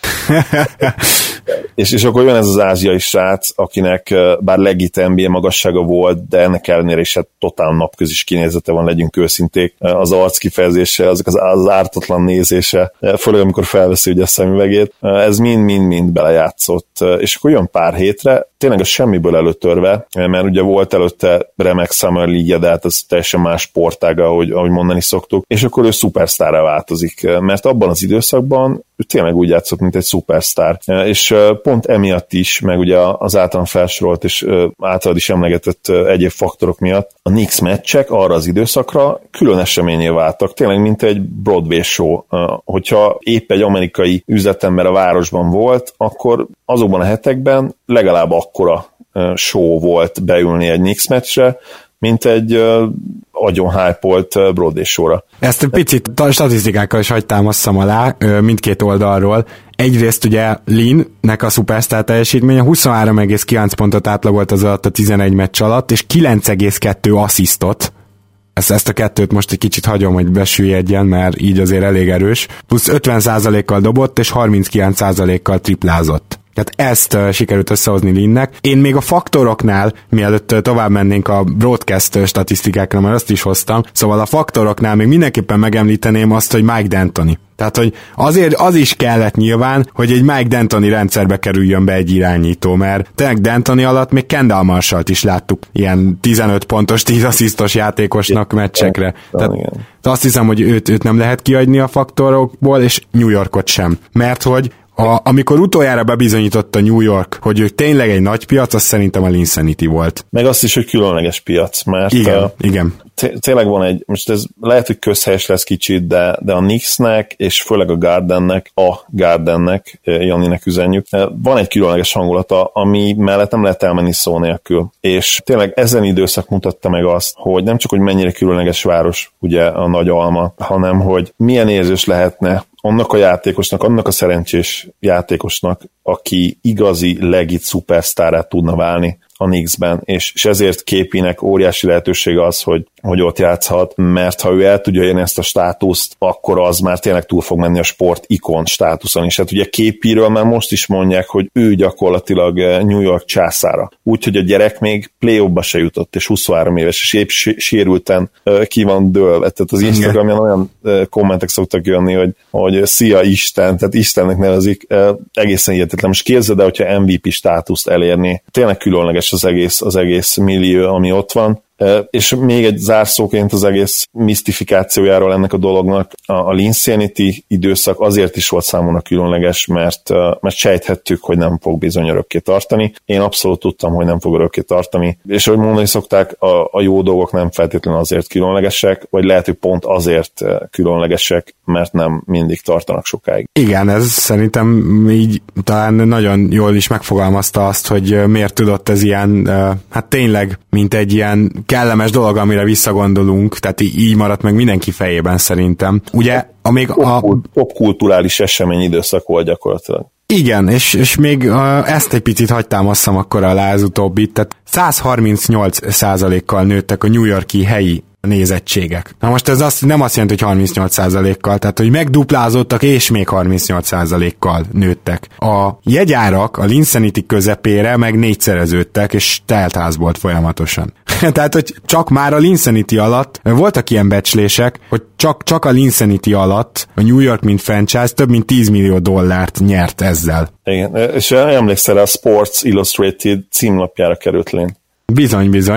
és, és akkor jön ez az ázsiai srác, akinek bár legit en bé á magassága volt, de ennek ellenére is hát totál napközis kinézete van, legyünk őszinték. Az arc kifejezése, azok az, az ártatlan nézése, főleg amikor felveszi ugye a szemüvegét, ez mind-mind-mind belejátszott. És akkor jön pár hétre, tényleg a semmiből előtörve, mert ugye volt előtte remek Summer League, de hát ez teljesen más sportága, ahogy, ahogy mondani szoktuk, és akkor ő szupersztárra változik, mert abban az időszakban ő tényleg úgy játszott, mint egy szupersztár. És pont emiatt is, meg ugye az általán felsorolt és általad is emlegetett egyéb faktorok miatt a Knicks meccsek arra az időszakra külön eseményé váltak. Tényleg, mint egy Broadway show. Hogyha épp egy amerikai üzletember a városban volt, akkor azokban a hetekben legalább akkora show volt beülni egy Knicks meccsre, mint egy uh, agyon hype-olt uh, Broadway show-ra. Ezt egy picit statisztikákkal is hagy támasszam alá, mindkét oldalról. Egyrészt ugye Lin-nek a szupersztár teljesítménye huszonhárom egész kilenc pontot átlagolt az alatt a tizenegy meccs alatt, és kilenc egész kettő asszisztot. Ezt, ezt a kettőt most egy kicsit hagyom, hogy besüllyedjen, mert így azért elég erős. Plusz ötven százalékkal dobott, és harminckilenc százalékkal triplázott. Tehát ezt uh, sikerült összehozni Linnek. Én még a faktoroknál, mielőtt uh, tovább mennénk a broadcast uh, statisztikákra, mert azt is hoztam, szóval a faktoroknál még mindenképpen megemlíteném azt, hogy Mike D'Antoni. Tehát, hogy azért az is kellett nyilván, hogy egy Mike D'Antoni rendszerbe kerüljön be egy irányító, mert tényleg D'Antoni alatt még Kendall Marshallt is láttuk ilyen tizenöt pontos, tíz asszisztos játékosnak meccsekre. Tehát azt hiszem, hogy őt, őt nem lehet kiadni a faktorokból, és New Yorkot sem. Mert hogy A, amikor utoljára bebizonyította New York, hogy ők tényleg egy nagy piac, az szerintem a Linsanity volt. Meg azt is, hogy különleges piac, mert igen, uh, igen. T- tényleg van egy, most ez lehet, hogy közhelyes lesz kicsit, de, de a Knicksnek, és főleg a Gardennek, a Gardennek, Janinek üzenjük, van egy különleges hangulata, ami mellett nem lehet elmenni szó nélkül. És tényleg ezen időszak mutatta meg azt, hogy nem csak, hogy mennyire különleges város, ugye a Nagy Alma, hanem, hogy milyen érzés lehetne annak a játékosnak, annak a szerencsés játékosnak, aki igazi, legit szupersztárát tudna válni a Knicksben, és, és ezért Képinek óriási lehetőség az, hogy, hogy ott játszhat, mert ha ő el tudja érni ezt a státuszt, akkor az már tényleg túl fog menni a sport ikon státuszon is. Hát ugye Képiről már most is mondják, hogy ő gyakorlatilag New York császára. Úgyhogy a gyerek még play-offba se jutott, és huszonhárom éves, és épp sérülten ki van dőlve. Tehát az Instagramon olyan kommentek szoktak jönni, hogy, hogy szia Isten, tehát Istennek nevezik, egészen hihetetlen. Most képzeld el, hogyha em vé pé státuszt elérni, tényleg különleges az egész, az egész millió, ami ott van. És még egy zárszóként az egész misztifikációjáról ennek a dolognak, a Linsanity időszak azért is volt számomra különleges, mert, mert sejthettük, hogy nem fog bizony örökké tartani. Én abszolút tudtam, hogy nem fog örökké tartani. És ahogy mondani szokták, a, a jó dolgok nem feltétlenül azért különlegesek, vagy lehet, hogy pont azért különlegesek, mert nem mindig tartanak sokáig. Igen, ez szerintem így talán nagyon jól is megfogalmazta azt, hogy miért tudott ez ilyen, hát tényleg, mint egy ilyen kellemes dolog, amire visszagondolunk, tehát így maradt meg mindenki fejében szerintem. Ugye, amíg a... popkulturális esemény időszak volt gyakorlatilag. Igen, és, és még uh, ezt egy picit hagytámasszam akkor alá az utóbbit, tehát száz harmincnyolc százalékkal nőttek a New York-i helyi nézettségek. Na most ez azt, nem azt jelenti, hogy harmincnyolc százalékkal, tehát hogy megduplázódtak, és még harmincnyolc százalékkal nőttek. A jegyárak a Linsanity közepére meg négyszereződtek, és teltház volt folyamatosan. Tehát, hogy csak már a Linsanity alatt voltak ilyen becslések, hogy csak, csak a Linsanity alatt a New York mint franchise több mint tíz millió dollárt nyert ezzel. Igen, és emlékszel, a Sports Illustrated címlapjára került Lin. Bizony, bizony. És,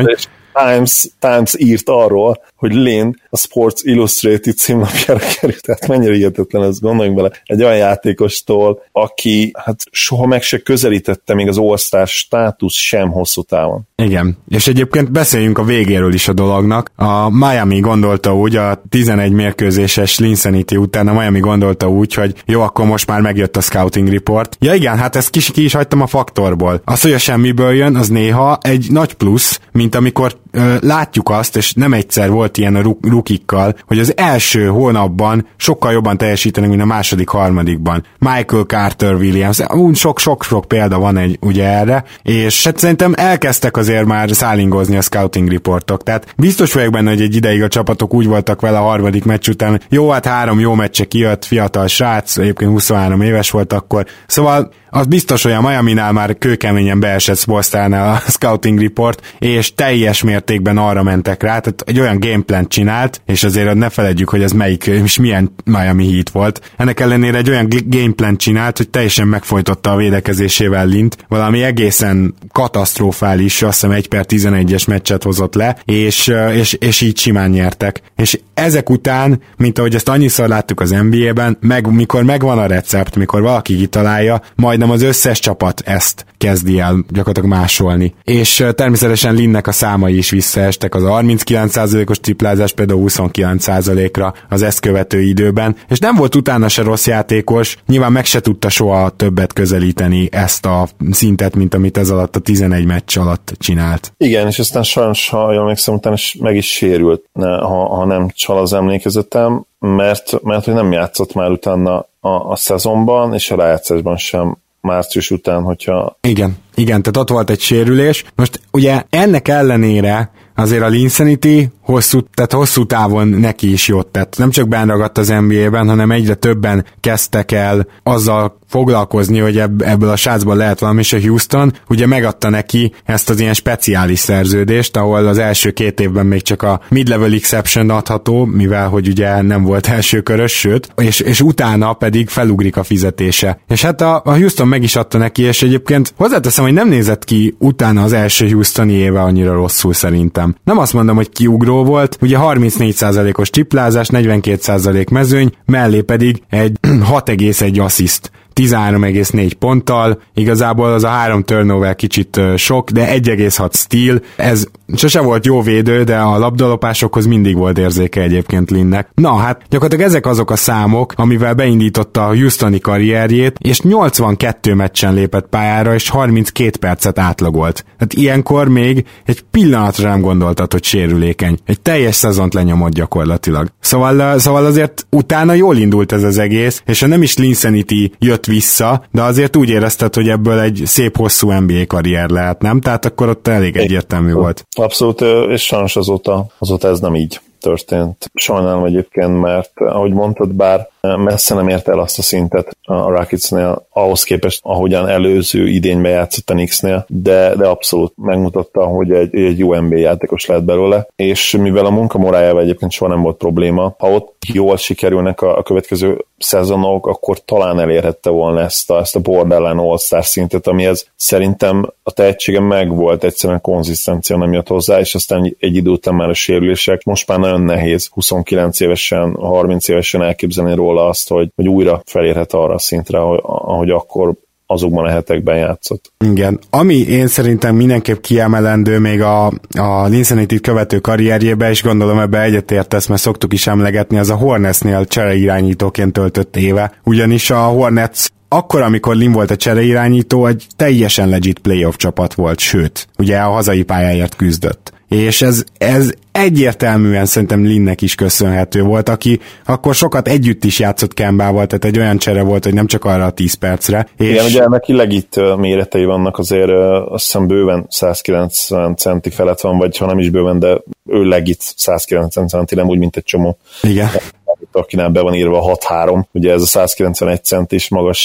Times, Times írt arról, hogy Lin a Sports Illustrated címlapjára került. Tehát mennyire hihetetlen ez, gondoljunk bele. Egy olyan játékostól, aki hát soha meg se közelítette még az All-Star státusz sem hosszú távon. Igen, és egyébként beszéljünk a végéről is a dolognak. A Miami gondolta úgy, a tizenegy mérkőzéses Linsanity után a Miami gondolta úgy, hogy jó, akkor most már megjött a scouting report. Ja igen, hát ezt ki, ki is hagytam a faktorból. Az, hogy a semmiből jön, az néha egy nagy plusz, mint amikor ö, látjuk azt, és nem egyszer volt ilyen a rukikkal, hogy az első hónapban sokkal jobban teljesítenek, mint a második, harmadikban. Michael Carter Williams, úgy sok-sok-sok példa van egy, ugye erre, és hát szerintem elkezdtek azért már szállingozni a scouting reportok, tehát biztos vagyok benne, hogy egy ideig a csapatok úgy voltak vele a harmadik meccs után, jó, hát három jó meccse kijött, fiatal srác, egyébként huszonhárom éves volt akkor, szóval az biztos, hogy a Miami-nál már kőkeményen beesett Spoelstránál a scouting report, és teljes mértékben arra mentek rá, tehát egy olyan gameplant csinált, és azért ne feledjük, hogy ez melyik, és milyen Miami Heat volt. Ennek ellenére egy olyan gameplant csinált, hogy teljesen megfojtotta a védekezésével Lint, valami egészen katasztrofális, azt hiszem egy per tizenegyes meccset hozott le, és, és, és így simán nyertek. És ezek után, mint ahogy ezt annyiszor láttuk az en bé á-ben, meg, mikor megvan a recept, mikor valaki kitalálja, majdnem az összes csapat ezt kezdi el gyakorlatilag másolni. És természetesen Linnek a számai is visszaestek, az a harminckilenc százalékos triplázás például huszonkilenc százalékra az ezt követő időben, és nem volt utána se rossz játékos, nyilván meg se tudta soha többet közelíteni ezt a szintet, mint amit ez alatt a tizenegy meccs alatt csinált. Igen, és aztán sajnos, ha jól emlékszem, utána meg is sérült, ha, ha nem csal az emlékezetem, mert, mert hogy nem játszott már utána a, a szezonban, és a rájátszásban sem március után, hogyha... Igen, igen, tehát ott volt egy sérülés. Most ugye ennek ellenére azért a Linsanity hosszú, tehát hosszú távon neki is jót tett. Nem csak benragadt az en bé á-ben, hanem egyre többen kezdtek el azzal foglalkozni, hogy ebb, ebből a srácból lehet valami, és a Houston ugye megadta neki ezt az ilyen speciális szerződést, ahol az első két évben még csak a mid-level exception adható, mivel hogy ugye nem volt elsőkörös, sőt, és, és utána pedig felugrik a fizetése. És hát a, a Houston meg is adta neki, és egyébként hozzáteszem, hogy nem nézett ki utána az első Houstoni éve annyira rosszul szerintem. Nem azt mondom, hogy kiugró volt, ugye harmincnégy százalékos triplázás, negyvenkét százalék mezőny, mellé pedig egy hat egész egy assziszt. tizenhárom egész négy ponttal, igazából az a három turnover kicsit sok, de egy egész hat steal, ez sose volt jó védő, de a labdalopásokhoz mindig volt érzéke egyébként Linnek. Na hát, gyakorlatilag ezek azok a számok, amivel beindította a Houstoni karrierjét, és nyolcvankettő meccsen lépett pályára, és harminckét percet átlagolt. Hát ilyenkor még egy pillanatra nem gondoltad, hogy sérülékeny. Egy teljes szezont lenyomott gyakorlatilag. Szóval, szóval azért utána jól indult ez az egész, és ha nem is Linsanity jött vissza, de azért úgy érezted, hogy ebből egy szép hosszú en bé á karrier lehet, nem? Tehát akkor ott elég egyértelmű volt. Abszolút, és sajnos azóta, azóta ez nem így történt. Sajnálom egyébként, mert ahogy mondtad, bár messze nem ért el azt a szintet a Rocketsnél, ahhoz képest, ahogyan előző idényben játszott a Knicksnél, de, de abszolút megmutatta, hogy egy, egy jó en bé á játékos lehet belőle, és mivel a munkamorájával egyébként soha nem volt probléma, ha ott jól sikerülnek a, a következő szezonok, akkor talán elérhette volna ezt a, ezt a borderline all-star szintet, amihez szerintem a tehetsége megvolt, egyszerűen konzisztencia nem jött hozzá, és aztán egy idő után már a sérülések, most már nagyon nehéz huszonkilenc évesen, harminc évesen elképzelni róla azt, hogy, hogy újra felérhet arra a szintre, ahogy, ahogy akkor azokban a hetekben játszott. Igen. Ami én szerintem mindenképp kiemelendő még a, a Linsanity-t követő karrierjébe, és gondolom ebbe egyetértesz, mert szoktuk is emlegetni, az a Hornetsnél csereirányítóként töltött éve. Ugyanis a Hornets akkor, amikor Lin volt a csereirányító, egy teljesen legit playoff csapat volt, sőt, ugye a hazai pályáért küzdött. És ez, ez egyértelműen szerintem Linnek is köszönhető volt, aki akkor sokat együtt is játszott Kembával, tehát egy olyan csere volt, hogy nem csak arra a tíz percre. És... Igen, ugye neki legit méretei vannak, azért azt hiszem bőven százkilencven centi felett van, vagy ha nem is bőven, de ő legit százkilencven centi, nem úgy, mint egy csomó. Igen. Akinál be van írva hat három, ugye ez a százkilencvenegy centis magasság,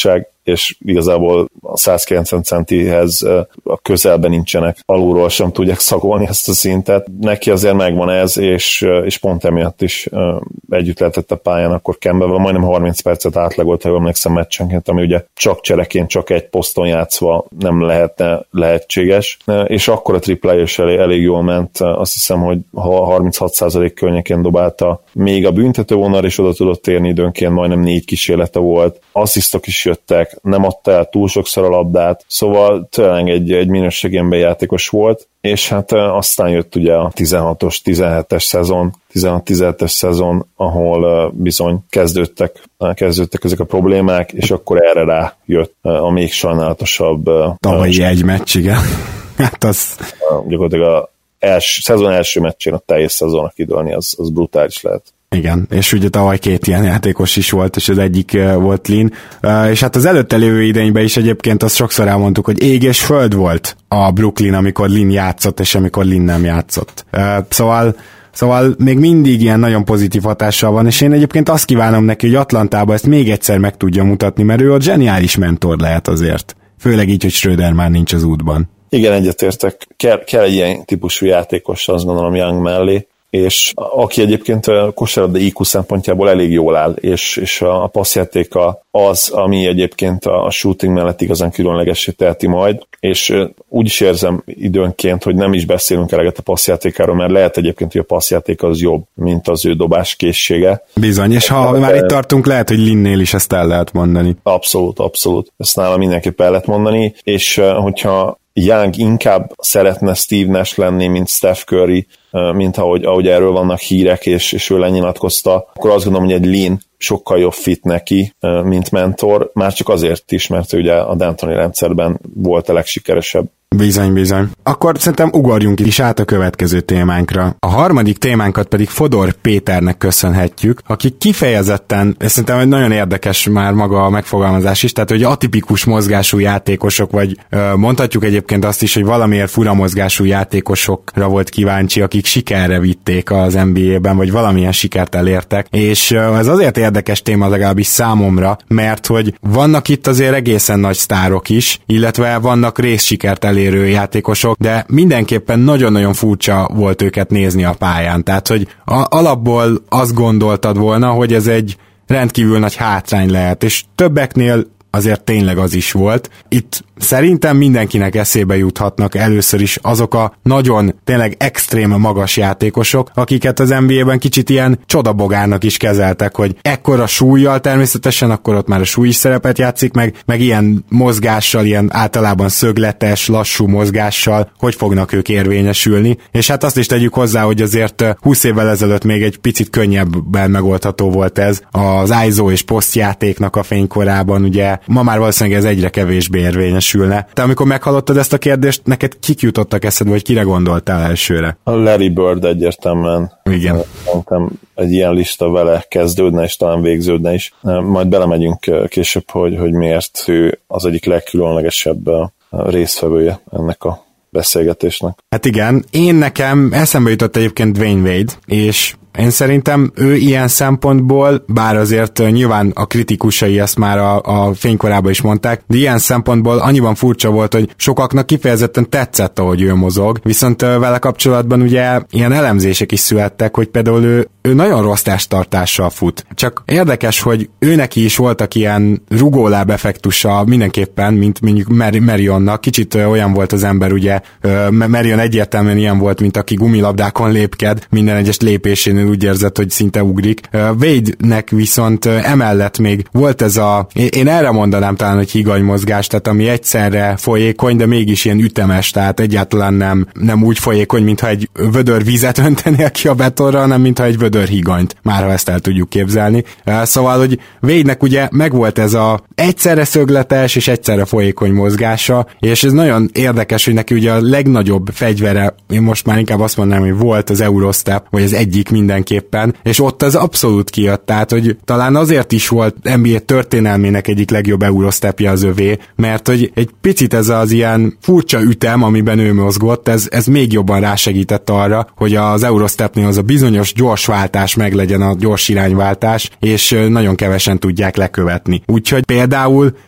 és igazából a százkilencven centihez a közelben nincsenek, alulról sem tudják szagolni ezt a szintet. Neki azért megvan ez, és, és pont emiatt is együtt lehetett a pályán akkor Campbell-vel, majdnem harminc percet átlagolt, ha jól emlékszem meccsenként, ami ugye csak csereként, csak egy poszton játszva nem lehetne lehetséges, és akkor a triplája is elég, elég jól ment, azt hiszem, hogy harminchat százalék környékén dobálta, még a büntetővonalra is oda tudott érni időnként, majdnem négy kísérlete volt, asszisztok is jöttek, nem adta el túl sokszor a labdát, szóval tényleg egy, egy minőségi játékos volt, és hát aztán jött ugye a tizenhatos tizenhetes szezon, tizenhat tizenhetes szezon, ahol bizony kezdődtek, kezdődtek ezek a problémák, és akkor erre rá jött a még sajnálatosabb tavalyi egy meccs, igen. Hát az... Gyakorlatilag a els, szezon első meccsén a teljes szezonnak kidőlni, az, az brutális lehet. Igen, és ugye tavaly két ilyen játékos is volt, és az egyik uh, volt Lin, uh, és hát az előtte lévő idényben is egyébként azt sokszor elmondtuk, hogy ég és föld volt a Brooklyn, amikor Lin játszott, és amikor Lin nem játszott. Uh, szóval Szóval még mindig ilyen nagyon pozitív hatással van, és én egyébként azt kívánom neki, hogy Atlantában ezt még egyszer meg tudja mutatni, mert ő ott zseniális mentor lehet azért. Főleg így, hogy Schröder már nincs az útban. Igen, egyetértek. Kell, kell egy ilyen típusú játékos, azt gondolom, Young mellé, és aki egyébként a kosárlabda í kú szempontjából elég jól áll, és, és a passzjátéka az, ami egyébként a shooting mellett igazán különlegessé teheti majd, és úgy is érzem időnként, hogy nem is beszélünk eleget a passzjátékáról, mert lehet egyébként, hogy a passzjáték az jobb, mint az ő dobás készsége. Bizony, és ha de, már itt tartunk, lehet, hogy Linnél is ezt el lehet mondani. Abszolút, abszolút. Ezt nála mindenképp el lehet mondani, és hogyha Young inkább szeretne Steve Nash lenni, mint Steph Curry, mint ahogy, ahogy erről vannak hírek, és, és ő lenyilatkozta, akkor azt gondolom, hogy egy Lin sokkal jobb fit neki, mint mentor, már csak azért is, mert ugye a D'Antoni rendszerben volt a legsikeresebb. Bizony, bizony. Akkor szerintem ugorjunk is át a következő témánkra. A harmadik témánkat pedig Fodor Péternek köszönhetjük, aki kifejezetten, és szerintem nagyon érdekes már maga a megfogalmazás is, tehát hogy atipikus mozgású játékosok, vagy mondhatjuk egyébként azt is, hogy valamiért fura mozgású játékosokra volt kíváncsi, akik sikerre vitték az en bé á-ben, vagy valamilyen sikert elértek, és ez azért érdekes téma legalábbis számomra, mert hogy vannak itt azért egészen nagy sztárok is, illetve vannak részsikert elérő játékosok, de mindenképpen nagyon-nagyon furcsa volt őket nézni a pályán, tehát hogy a, alapból azt gondoltad volna, hogy ez egy rendkívül nagy hátrány lehet, és többeknél azért tényleg az is volt. Itt szerintem mindenkinek eszébe juthatnak először is azok a nagyon tényleg extrém magas játékosok, akiket az en bé á-ben kicsit ilyen csodabogárnak is kezeltek, hogy ekkora súlyjal természetesen, akkor ott már a súly is szerepet játszik, meg, meg ilyen mozgással, ilyen általában szögletes, lassú mozgással, hogy fognak ők érvényesülni. És hát azt is tegyük hozzá, hogy azért húsz évvel ezelőtt még egy picit könnyebben megoldható volt ez az i es o és posztjátéknak a fénykorában, ugye ma már valószínűleg ez egyre kevésbé érvényesülne. Te amikor meghallottad ezt a kérdést, neked kik jutottak eszedbe, vagy kire gondoltál elsőre? A Larry Bird egyértelműen. Igen. Szerintem egy ilyen lista vele kezdődne, és talán végződne is. Majd belemegyünk később, hogy, hogy miért ő az egyik legkülönlegesebb résztvevője ennek a beszélgetésnek. Hát igen, én nekem eszembe jutott egyébként Dwayne Wade, és én szerintem ő ilyen szempontból, bár azért nyilván a kritikusai ezt már a, a fénykorában is mondták, de ilyen szempontból annyiban furcsa volt, hogy sokaknak kifejezetten tetszett, ahogy ő mozog, viszont vele kapcsolatban ugye ilyen elemzések is születtek, hogy például ő, ő nagyon rossz testtartással fut. Csak érdekes, hogy ő neki is voltak ilyen rugóláb effektusa mindenképpen, mint mondjuk Marionnak, kicsit olyan volt az ember, ugye Marion egyértelműen ilyen volt, mint aki gumilabdákon lépked, minden egyes lépésén úgy érzett, hogy szinte ugrik. Wade-nek viszont emellett még volt ez a, én erre mondanám talán, hogy higany mozgás, tehát ami egyszerre folyékony, de mégis ilyen ütemes, tehát egyáltalán nem, nem úgy folyékony, mintha egy vödör vizet öntenél ki a betonra, hanem mintha egy vödör higanyt, már ha ezt el tudjuk képzelni. Szóval, hogy Wade-nek ugye megvolt ez a egyszerre szögletes és egyszerre folyékony mozgása, és ez nagyon érdekes, hogy neki ugye a legnagyobb fegyvere, én most már inkább azt mondanám, hogy volt az Eurostep, vagy az egyik mindenképpen, és ott az abszolút kijött, tehát, hogy talán azért is volt en bé á történelmének egyik legjobb Eurostepje az övé, mert hogy egy picit ez az ilyen furcsa ütem, amiben ő mozgott, ez, ez még jobban rásegített arra, hogy az Eurostepnél az a bizonyos gyors váltás meglegyen, a gyors irányváltás, és nagyon kevesen tudják lekövetni. Úgyhogy például,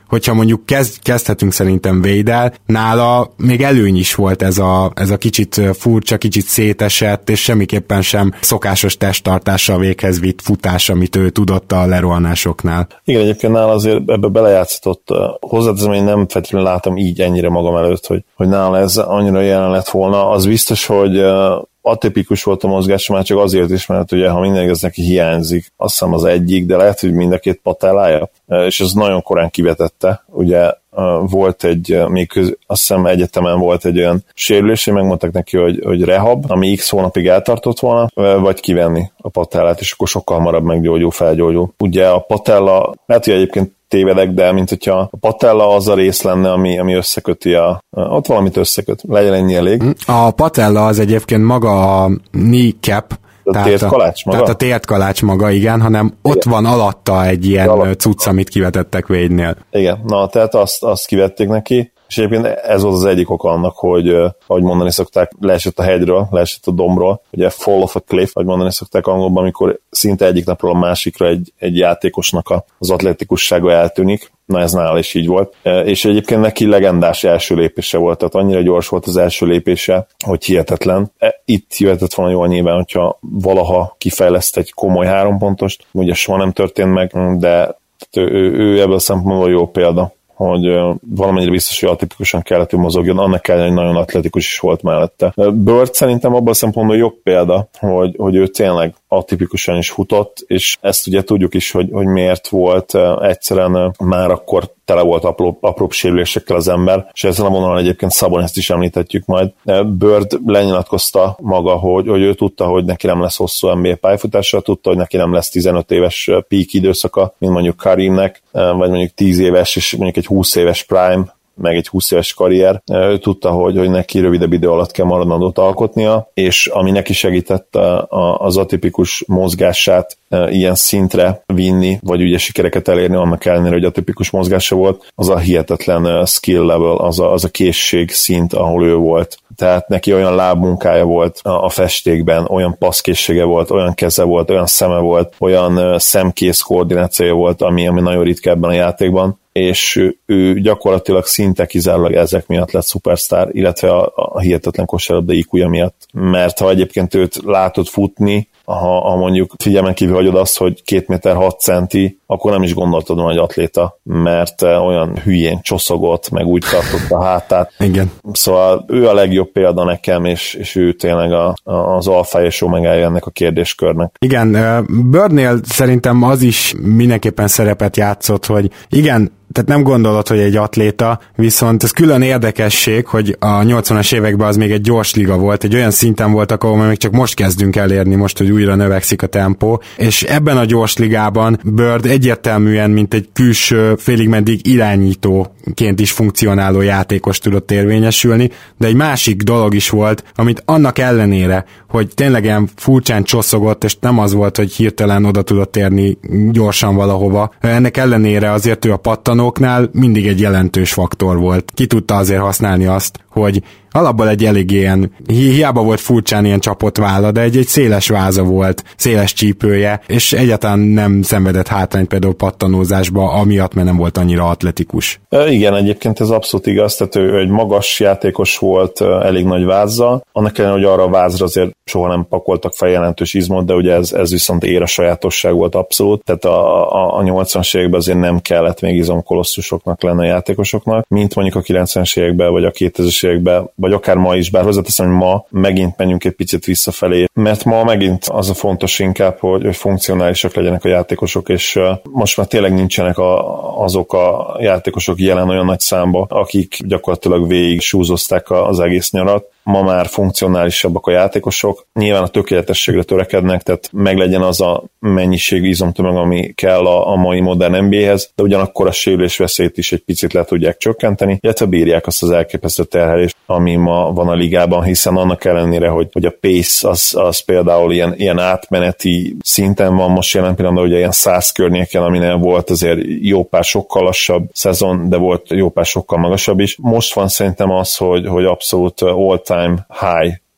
hogyha mondjuk kezd, kezdhetünk szerintem Wade-el, nála még előny is volt ez a, ez a kicsit furcsa, kicsit szétesett, és semmiképpen sem szokásos testtartással véghez vitt futás, amit ő tudott a lerohanásoknál. Igen, egyébként nála azért ebbe belejátszott. Hozzáteszem, én nem feltétlenül látom így ennyire magam előtt, hogy, hogy nála ez annyira jelen lett volna. Az biztos, hogy atipikus volt a mozgás, már csak azért is, mert ugye, ha mindenki ez neki hiányzik, azt hiszem az egyik, de lehet, hogy mind a két patellája, és ez nagyon korán kivetette. Ugye volt egy, még köz, azt hiszem egyetemen volt egy olyan sérülés, hogy megmondták neki, hogy, hogy rehab, ami x hónapig eltartott volna, vagy kivenni a patellát, és akkor sokkal hamarabb meggyógyul, felgyógyul. Ugye a patella, lehet, hogy egyébként tévedek, de mint hogyha a patella az a rész lenne, ami, ami összeköti a... Ott valamit összeköt, legyen ennyi elég. A patella az egyébként maga a kneecap, a tértkalács maga? Tehát a tértkalács maga, igen, hanem ott igen. Van alatta egy ilyen alatta. Cucc, amit kivetettek Wade-nél. Igen, na tehát azt, azt kivették neki, és egyébként ez volt az egyik oka annak, hogy, ahogy mondani szokták, leesett a hegyről, leesett a dombról, ugye fall off a cliff, ahogy mondani szokták angolban, amikor szinte egyik napról a másikra egy, egy játékosnak az atletikussága eltűnik. Na ez nála is így volt. És egyébként neki legendás első lépése volt, tehát annyira gyors volt az első lépése, hogy hihetetlen. Itt jöhetett volna jól nyilván, hogyha valaha kifejleszt egy komoly hárompontost, ugye soha nem történt meg, de ő, ő, ő ebből a szempontból jó példa, hogy valamennyire biztos, hogy atipikusan kellett, hogy mozogjon, annak ellenére, hogy nagyon atletikus is volt mellette. Bird szerintem abban a szempontból jobb példa, hogy, hogy ő tényleg atipikusan is futott, és ezt ugye tudjuk is, hogy, hogy miért volt egyszerűen már akkor tele volt apró, apróbb sérülésekkel az ember, és ezen a vonalon egyébként Szabon ezt is említhetjük majd. Bird lenyilatkozta maga, hogy, hogy ő tudta, hogy neki nem lesz hosszú en bé á pályafutása, tudta, hogy neki nem lesz tizenöt éves peak időszaka, mint mondjuk Karimnek, vagy mondjuk tíz éves, és mondjuk egy húsz éves prime, meg egy húsz éves karrier. Ő tudta, hogy, hogy neki rövidebb idő alatt kell maradandót alkotnia, és ami neki segített az atipikus mozgását ilyen szintre vinni, vagy ugye sikereket elérni, annak ellenére, hogy atipikus mozgása volt, az a hihetetlen skill level, az a, az a készség szint, ahol ő volt. Tehát neki olyan lábmunkája volt a festékben, olyan passzkészsége volt, olyan keze volt, olyan szeme volt, olyan szemkész koordinációja volt, ami, ami nagyon ritka ebben a játékban, és ő, ő gyakorlatilag szinte kizárólag ezek miatt lett szupersztár, illetve a, a hihetetlen kosárlabda í kúja miatt. Mert ha egyébként őt látod futni, ha, ha mondjuk figyelmen kívül hagyod azt, hogy két méter hat centi, akkor nem is gondoltad volna, hogy atléta, mert olyan hülyén csoszogott, meg úgy tartott a hátát. Igen. Szóval ő a legjobb példa nekem, és, és ő tényleg a, a, az alfája és omegája ennek a kérdéskörnek. Igen, Birdnél szerintem az is mindenképpen szerepet játszott, hogy igen, tehát nem gondolod, hogy egy atléta, viszont ez külön érdekesség, hogy a nyolcvanas években az még egy gyors liga volt, egy olyan szinten voltak, ahol még csak most kezdünk elérni, most, hogy újra növekszik a tempó, és ebben a gyors ligában Bird egyértelműen, mint egy külső, félig meddig irányítóként is funkcionáló játékos tudott érvényesülni, de egy másik dolog is volt, amit annak ellenére, hogy tényleg ilyen furcsán csoszogott, és nem az volt, hogy hirtelen oda tudott érni gyorsan valahova. Ennek ellenére azért ő a pattanóknál mindig egy jelentős faktor volt. Ki tudta azért használni azt, hogy alapból egy elég ilyen, hi- hiába volt furcsán ilyen csapott válla, de egy, egy széles váza volt, széles csípője, és egyáltalán nem szenvedett hátrányt például pattanózásba, amiatt, mert nem volt annyira atletikus. E, igen, egyébként ez abszolút igaz, tehát ő egy magas játékos volt, elég nagy vázzal, annak ellenére, hogy arra a vázra azért soha nem pakoltak fel jelentős izmot, de ugye ez, ez viszont ér a sajátosság volt abszolút, tehát a, a, a nyolcvanas években azért nem kellett még izomkolosszusoknak lenni a játékosoknak, mint mondjuk a kilencvenes években, vagy a kétezres években, vagy akár ma is, bár hozzáteszem, hogy ma megint menjünk egy picit visszafelé, mert ma megint az a fontos inkább, hogy, hogy funkcionálisak legyenek a játékosok, és most már tényleg nincsenek a, azok a játékosok jelen olyan nagy számba, akik gyakorlatilag végig súlyozták az egész nyarat. Ma már funkcionálisabbak a játékosok, nyilván a tökéletességre törekednek, tehát meglegyen az a mennyiségű izomtömeg, ami kell a, a mai modern en bé á-hez, de ugyanakkor a sérülés veszélyt is egy picit le tudják csökkenteni, illetve bírják azt az elképesztő terhelést, ami ma van a ligában, hiszen annak ellenére, hogy, hogy a pace az, az például ilyen, ilyen átmeneti szinten van most jelen pillanatban, ugye ilyen száz környéken, aminél volt azért jó pár sokkal lassabb szezon, de volt jó pár sokkal magasabb is. Most van szerintem az, hogy, hogy abszolút all-time high,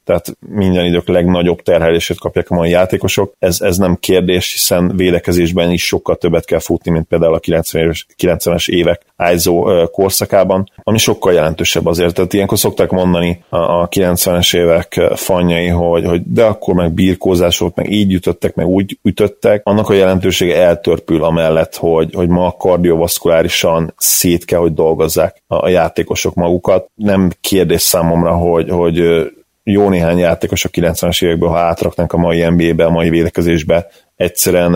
tehát minden idők legnagyobb terhelését kapják a mai játékosok. Ez, ez nem kérdés, hiszen védekezésben is sokkal többet kell futni, mint például a kilencvenes évek i es o korszakában, ami sokkal jelentősebb azért. Tehát ilyenkor szokták mondani a kilencvenes évek fanjai, hogy, hogy de akkor meg birkózás volt, meg így ütöttek, meg úgy ütöttek. Annak a jelentősége eltörpül amellett, hogy, hogy ma kardiovaszkulárisan szét kell, hogy dolgozzák a játékosok magukat. Nem kérdés számomra, hogy, hogy jó néhány játékos a kilencvenes évekből, ha átraknánk a mai en bé á-be, a mai védekezésbe, egyszerűen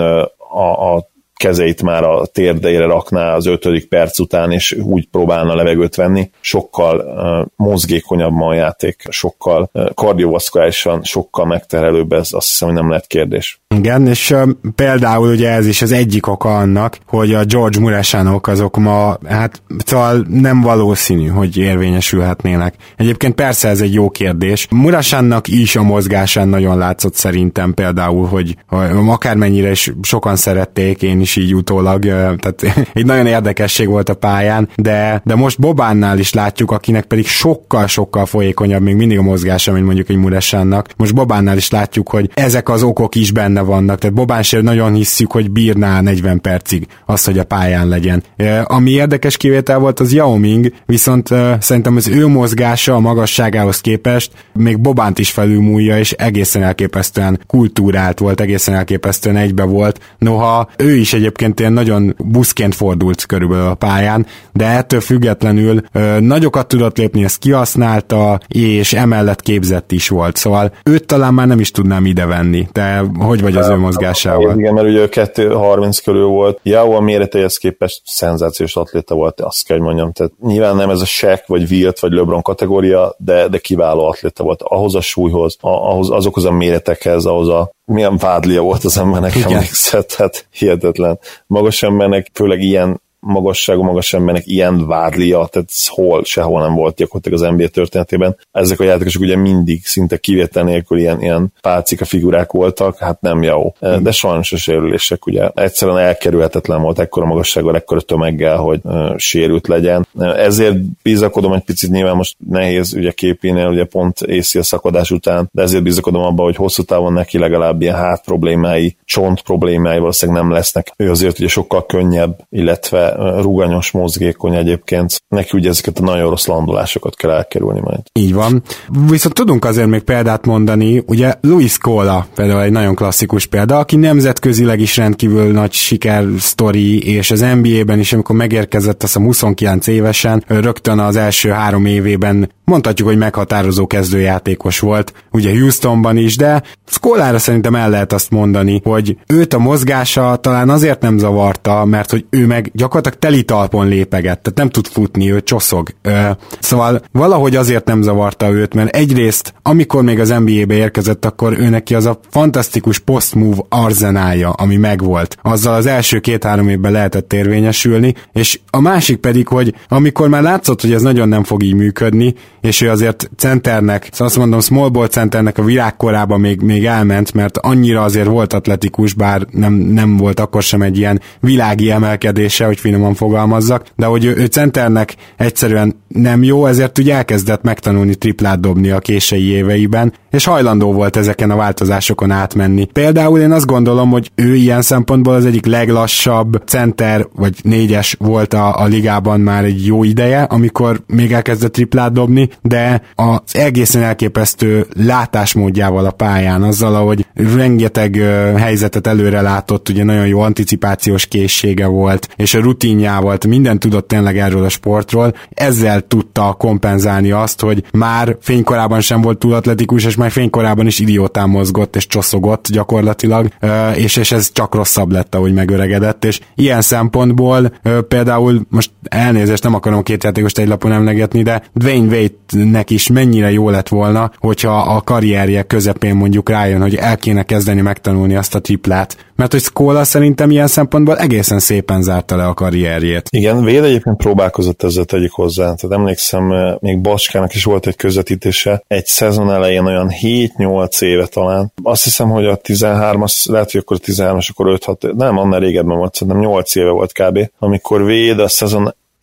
a, a kezeit már a térdeire rakná az ötödik perc után, és úgy próbálna levegőt venni. Sokkal uh, mozgékonyabb ma a játék, sokkal uh, kardiovaszkulárisan, sokkal megterhelőbb, ez azt hiszem, hogy nem lehet kérdés. Igen, és uh, például ugye ez is az egyik oka annak, hogy a George Muresanok azok ma, hát szóval nem valószínű, hogy érvényesülhetnének. Egyébként persze ez egy jó kérdés. Muresannak is a mozgásán nagyon látszott szerintem például, hogy akármennyire is sokan szerették, én is így utólag, tehát egy nagyon érdekesség volt a pályán, de, de most Bobánnál is látjuk, akinek pedig sokkal-sokkal folyékonyabb még mindig a mozgása, mint mondjuk egy Muresannak. Most Bobánnál is látjuk, hogy ezek az okok is benne vannak, tehát Bobán sem nagyon hisszük, hogy bírná negyven percig azt, hogy a pályán legyen. Ami érdekes kivétel volt, az Yao Ming, viszont szerintem az ő mozgása a magasságához képest még Bobánt is felülmúlja, és egészen elképesztően kultúrált volt, egészen elképesztően egybe volt. Noha ő is egyébként ilyen nagyon buszként fordult körülbelül a pályán, de ettől függetlenül ö, nagyokat tudott lépni, ezt kihasználta, és emellett képzett is volt. Szóval őt talán már nem is tudnám idevenni. De hogy vagy az ő mozgásával? Igen, mert ugye kettő harminc körül volt. Yao a méreteihez képest szenzációs atléta volt, azt kell, hogy mondjam. Tehát nyilván nem ez a Shaq, vagy Wilt, vagy LeBron kategória, de, de kiváló atléta volt. Ahhoz a súlyhoz, ahhoz, azokhoz a méretekhez, ahhoz a milyen vádlia volt az embernek, emlékszett, tehát hihetetlen. Magas embernek, főleg ilyen magasságú magas embernek ilyen vádlia, tehát hol, sehol nem volt gyakorlatilag az en bé á történetében. Ezek a játékosok ugye mindig szinte kivétel nélkül ilyen, ilyen pálcika figurák voltak, hát nem jó. De sajnos a sérülések ugye egyszerűen elkerülhetetlen volt ekkora magassággal, ekkora tömeggel, hogy uh, sérült legyen. Ezért bizakodom egy picit, nyilván most nehéz ugye képénél, ugye pont á cé el szakadás után, de ezért bizakodom abban, hogy hosszú távon neki legalább ilyen hát problémái, csont problémái valószínűleg nem lesznek. Ő azért ugye sokkal könnyebb, illetve ruganyos, mozgékony egyébként. Neki ugye ezeket a nagyon rossz landolásokat kell elkerülni majd. Így van. Viszont tudunk azért még példát mondani, ugye Luis Scola például egy nagyon klasszikus példa, aki nemzetközileg is rendkívül nagy sikersztori, és az en bé á-ben is, amikor megérkezett, azt hiszem huszonkilenc évesen, rögtön az első három évében mondhatjuk, hogy meghatározó kezdőjátékos volt, ugye Houstonban is, de Scolára szerintem el lehet azt mondani, hogy őt a mozgása talán azért nem zavarta, mert hogy ő meg gyakorlatilag teli talpon lépegett, tehát nem tud futni, ő csoszog. Szóval valahogy azért nem zavarta őt, mert egyrészt, amikor még az en bé á-be érkezett, akkor ő neki az a fantasztikus post-move arzenálja, ami megvolt. Azzal az első két-három évben lehetett érvényesülni, és a másik pedig, hogy amikor már látszott, hogy ez nagyon nem fog így működni, és ő azért centernek, szóval azt mondom, small ball centernek a virágkorában még, még elment, mert annyira azért volt atletikus, bár nem, nem volt akkor sem egy ilyen világi emelkedése, hogy finoman fogalmazzak, de hogy ő, ő centernek egyszerűen nem jó, ezért ugye elkezdett megtanulni triplát dobni a késői éveiben, és hajlandó volt ezeken a változásokon átmenni. Például én azt gondolom, hogy ő ilyen szempontból az egyik leglassabb center, vagy négyes volt a, a ligában már egy jó ideje, amikor még elkezdett triplát dobni, de az egészen elképesztő látásmódjával a pályán, azzal, ahogy rengeteg uh, helyzetet előre látott, ugye nagyon jó anticipációs készsége volt, és a rutinjával, minden tudott tényleg erről a sportról, ezzel tudta kompenzálni azt, hogy már fénykorában sem volt túl atletikus, és már fénykorában is idiótán mozgott, és csoszogott gyakorlatilag, uh, és, és ez csak rosszabb lett, ahogy megöregedett, és ilyen szempontból uh, például most elnézést, nem akarom két játékost egy lapon emlegetni, de Dwayne Wade-nek is mennyire jó lett volna, hogyha a karrierje közepén mondjuk rájön, hogy el kéne kezdeni megtanulni azt a triplát. Mert hogy Scola szerintem ilyen szempontból egészen szépen zárta le a karrierjét. Igen, Wade egyébként próbálkozott ezzel, tegyük hozzá. Tehát emlékszem, még Bacskának is volt egy közvetítése, egy szezon elején olyan hét-nyolc éve talán. Azt hiszem, hogy a tizenhármas, lehet, hogy akkor a tizenhármas, akkor öt-hat, nem, annál régebben volt, szerintem nyolc éve volt kb. Amikor Wade a szezon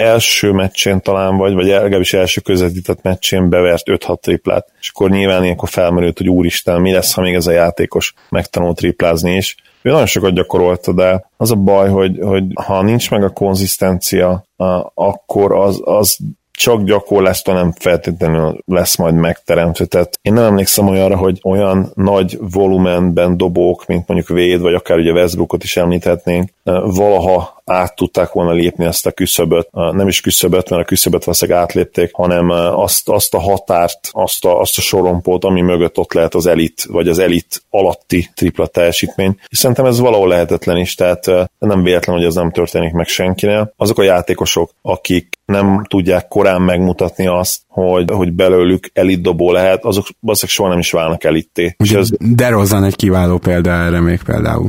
első meccsén talán vagy, vagy legalábbis első közvetített meccsén bevert öt-hat triplát, és akkor nyilván ilyenkor felmerült, hogy úristen, mi lesz, ha még ez a játékos megtanul triplázni is. Ő nagyon sokat gyakorolta, de az a baj, hogy, hogy ha nincs meg a konzisztencia, akkor az, az csak gyakorlástól nem feltétlenül lesz majd megteremtve. Tehát én nem emlékszem olyanra, hogy olyan nagy volumenben dobók, mint mondjuk Wade, vagy akár ugye Westbrookot is említhetnénk, valaha át tudták volna lépni ezt a küszöböt. Nem is küszöböt, mert a küszöböt valószínűleg átlépték, hanem azt, azt a határt, azt a, azt a sorompót, ami mögött ott lehet az elit, vagy az elit alatti tripla teljesítmény. És szerintem ez valahol lehetetlen is, tehát nem véletlen, hogy ez nem történik meg senkinél. Azok a játékosok, akik nem tudják korán megmutatni azt, hogy, hogy belőlük elitdobó lehet, azok valószínűleg soha nem is válnak elitté. DeRozan egy kiváló példa erre még például.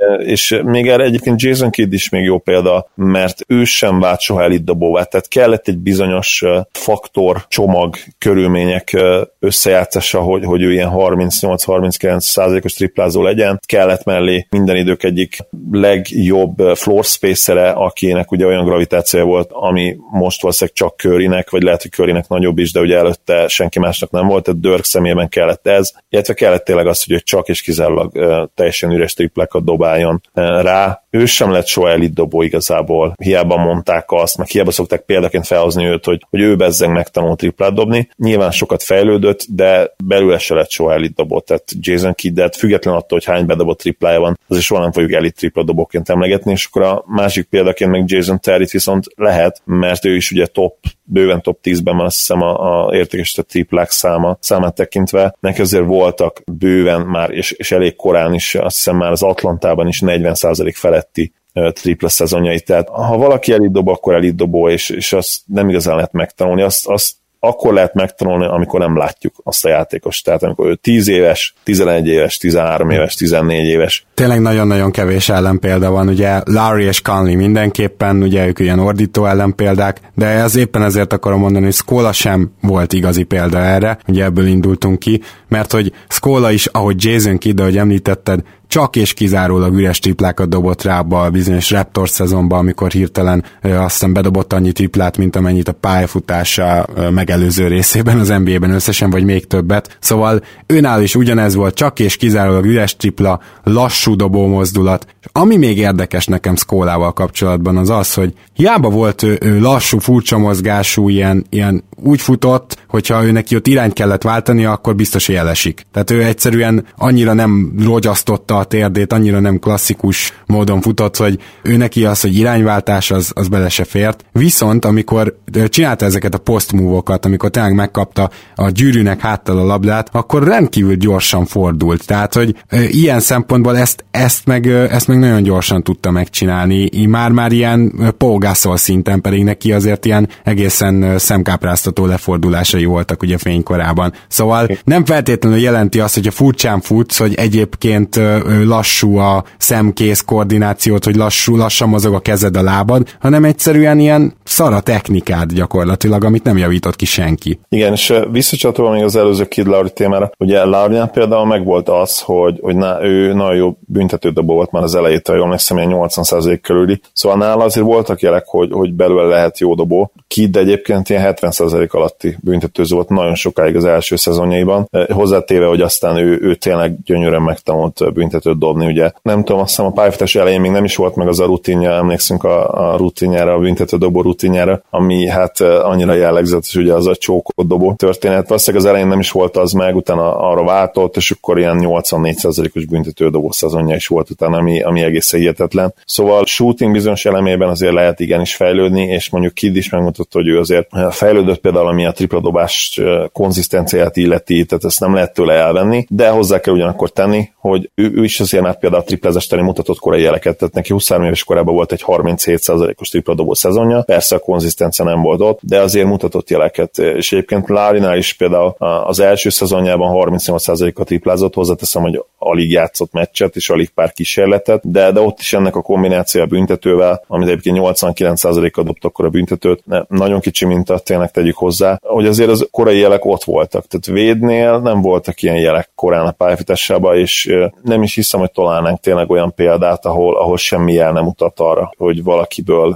És még erre egyébként Jason Kidd is még jó példa, mert ő sem vált soha elitdobóvá, tehát kellett egy bizonyos faktor, csomag, körülmények összejátszása, hogy, hogy ő ilyen harmincnyolc-harminckilenc százalékos triplázó legyen. Kellett mellé minden idők egyik legjobb floor spacere, akinek ugye olyan gravitációja volt, ami most valószínűleg csak Currynek, vagy lehet, hogy Currynek nagyobb is, de ugye előtte senki másnak nem volt, tehát Dirk személyében kellett ez, illetve kellett tényleg az, hogy csak és kizárólag uh, teljesen üres triplákat dobáljon uh, rá. Ő sem lett soha elitdobó igazából. Hiába mondták azt, meg hiába szokták példaként felhozni őt, hogy, hogy ő bezzeg megtanult triplát dobni. Nyilván sokat fejlődött, de belőle se lett soha elitdobó. Tehát Jason Kiddet független attól, hogy hány bedobott triplája van, azért soha nem fogjuk elit tripla dobóként emlegetni, és akkor a másik példaként meg Jason Terryt viszont lehet, mert ő is ugye top, bőven top tízben van, azt hiszem a, a értékesített triplák száma, számát tekintve. Neki azért voltak bőven már, és, és elég korán is, azt hiszem már az Atlantában is negyven százalék feletti tripla szezonjai. Tehát ha valaki elitdobó, akkor elitdobó, és, és azt nem igazán lehet megtanulni. Azt, azt akkor lehet megtanulni, amikor nem látjuk azt a játékost. Tehát amikor ő tíz éves, tizenegy éves, tizenhárom éves, tizennégy éves. Tényleg nagyon-nagyon kevés ellenpélda van, ugye Lowry és Conley mindenképpen, ugye ők ilyen ordító ellenpéldák, de ez éppen ezért akarom mondani, hogy Scola sem volt igazi példa erre, ugye ebből indultunk ki, mert hogy Scola is, ahogy Jason Kidd, ahogy említetted, csak és kizárólag üres triplákat dobott rá abba a bizonyos Raptors szezonban, amikor hirtelen ö, azt hiszem bedobott annyi triplát, mint amennyit a pályafutása ö, megelőző részében az en bé á-ben összesen, vagy még többet. Szóval őnál is ugyanez volt, csak és kizárólag üres tripla, lassú dobó mozdulat. Ami még érdekes nekem Scolával kapcsolatban az az, hogy hiába volt ő, ő lassú, furcsa mozgású, ilyen, ilyen úgy futott, hogyha ő neki ott irányt kellett váltani, akkor biztos, hogy elesik. Tehát ő egyszerűen annyira nem rogyasztotta a térdét, annyira nem klasszikus módon futott, hogy ő neki az, hogy irányváltás, az, az bele se fért. Viszont amikor csinálta ezeket a post-move-okat, amikor tényleg megkapta a gyűrűnek háttal a labdát, akkor rendkívül gyorsan fordult. Tehát, hogy ilyen szempontból ezt, ezt, meg, ezt meg nagyon gyorsan tudta megcsinálni. Már-már ilyen Paul Gasol szinten, pedig neki azért ilyen egészen szemkápráztató lefordulásai voltak ugye fénykorában. Szóval nem feltétlenül jelenti azt, hogy a furcsán futsz, hogy egyébként lassú a szemkész koordinációt, hogy lassú, lassan mozog a kezed a lábad, hanem egyszerűen ilyen szara technikád gyakorlatilag, amit nem javított ki senki. Igen, és visszacsatolva még az előző Kid Lowry témára, ugye Lowrynál például megvolt az, hogy, hogy ná, ő nagyon jó büntetődobó volt már az elejétől, jól megszem, ilyen nyolcvan százalék körüli, szóval nála azért voltak jelek, hogy, hogy belőle lehet jó dobó. Kid egyébként ilyen hetven százalék alatti büntetőző volt nagyon sokáig az első szezonjaiban, hozzátéve, hogy aztán ő, ő tényleg gyönyörűen megtanult büntetőt dobni, ugye. Nem tudom, azt hiszem a pályafutás elején még nem is volt meg az a rutinja, emlékszünk a, a rutinjára, a büntető dobó rutinjára, ami hát annyira jellegzetes, ugye az a csókot dobó történet. Valószínűleg az elején nem is volt az meg, utána arra váltott, és akkor ilyen nyolcvannégy százalékos büntető dobó szezonja is volt utána, ami, ami egészen hihetetlen. Szóval shooting bizonyos elemében azért lehet igenis fejlődni, és mondjuk Kidd is megmutatta, hogy ő azért fejlődött például, ami a tripladobás konzisztenciáját illeti, tehát ezt nem lehet tőle elvenni, de hozzá kell ugyanakkor tenni, hogy ő, ő is azért már például a triplázás terén mutatott korai jeleket, tehát neki huszonhárom éves korában volt egy harminchét százalékos tripladobó szezonja, persze a konzisztencia nem volt ott, de azért mutatott jeleket, és egyébként Lowrynál is például az első szezonjában harmincnyolc százalékot triplázott, hozzáteszem, hogy alig játszott meccset, és alig pár kísérletet, de, de ott is ennek a kombinációja büntetővel, amit egyébként nyolcvankilenc százalékkal dobt akkor a büntetőt, ne, nagyon kicsi minta, tényleg tegyük hozzá, hogy azért az korai jelek ott voltak, tehát Wade-nél nem voltak ilyen jelek korán a pályafutásában, és nem is hiszem, hogy találnánk tényleg olyan példát, ahol, ahol semmi jel nem mutat arra, hogy valakiből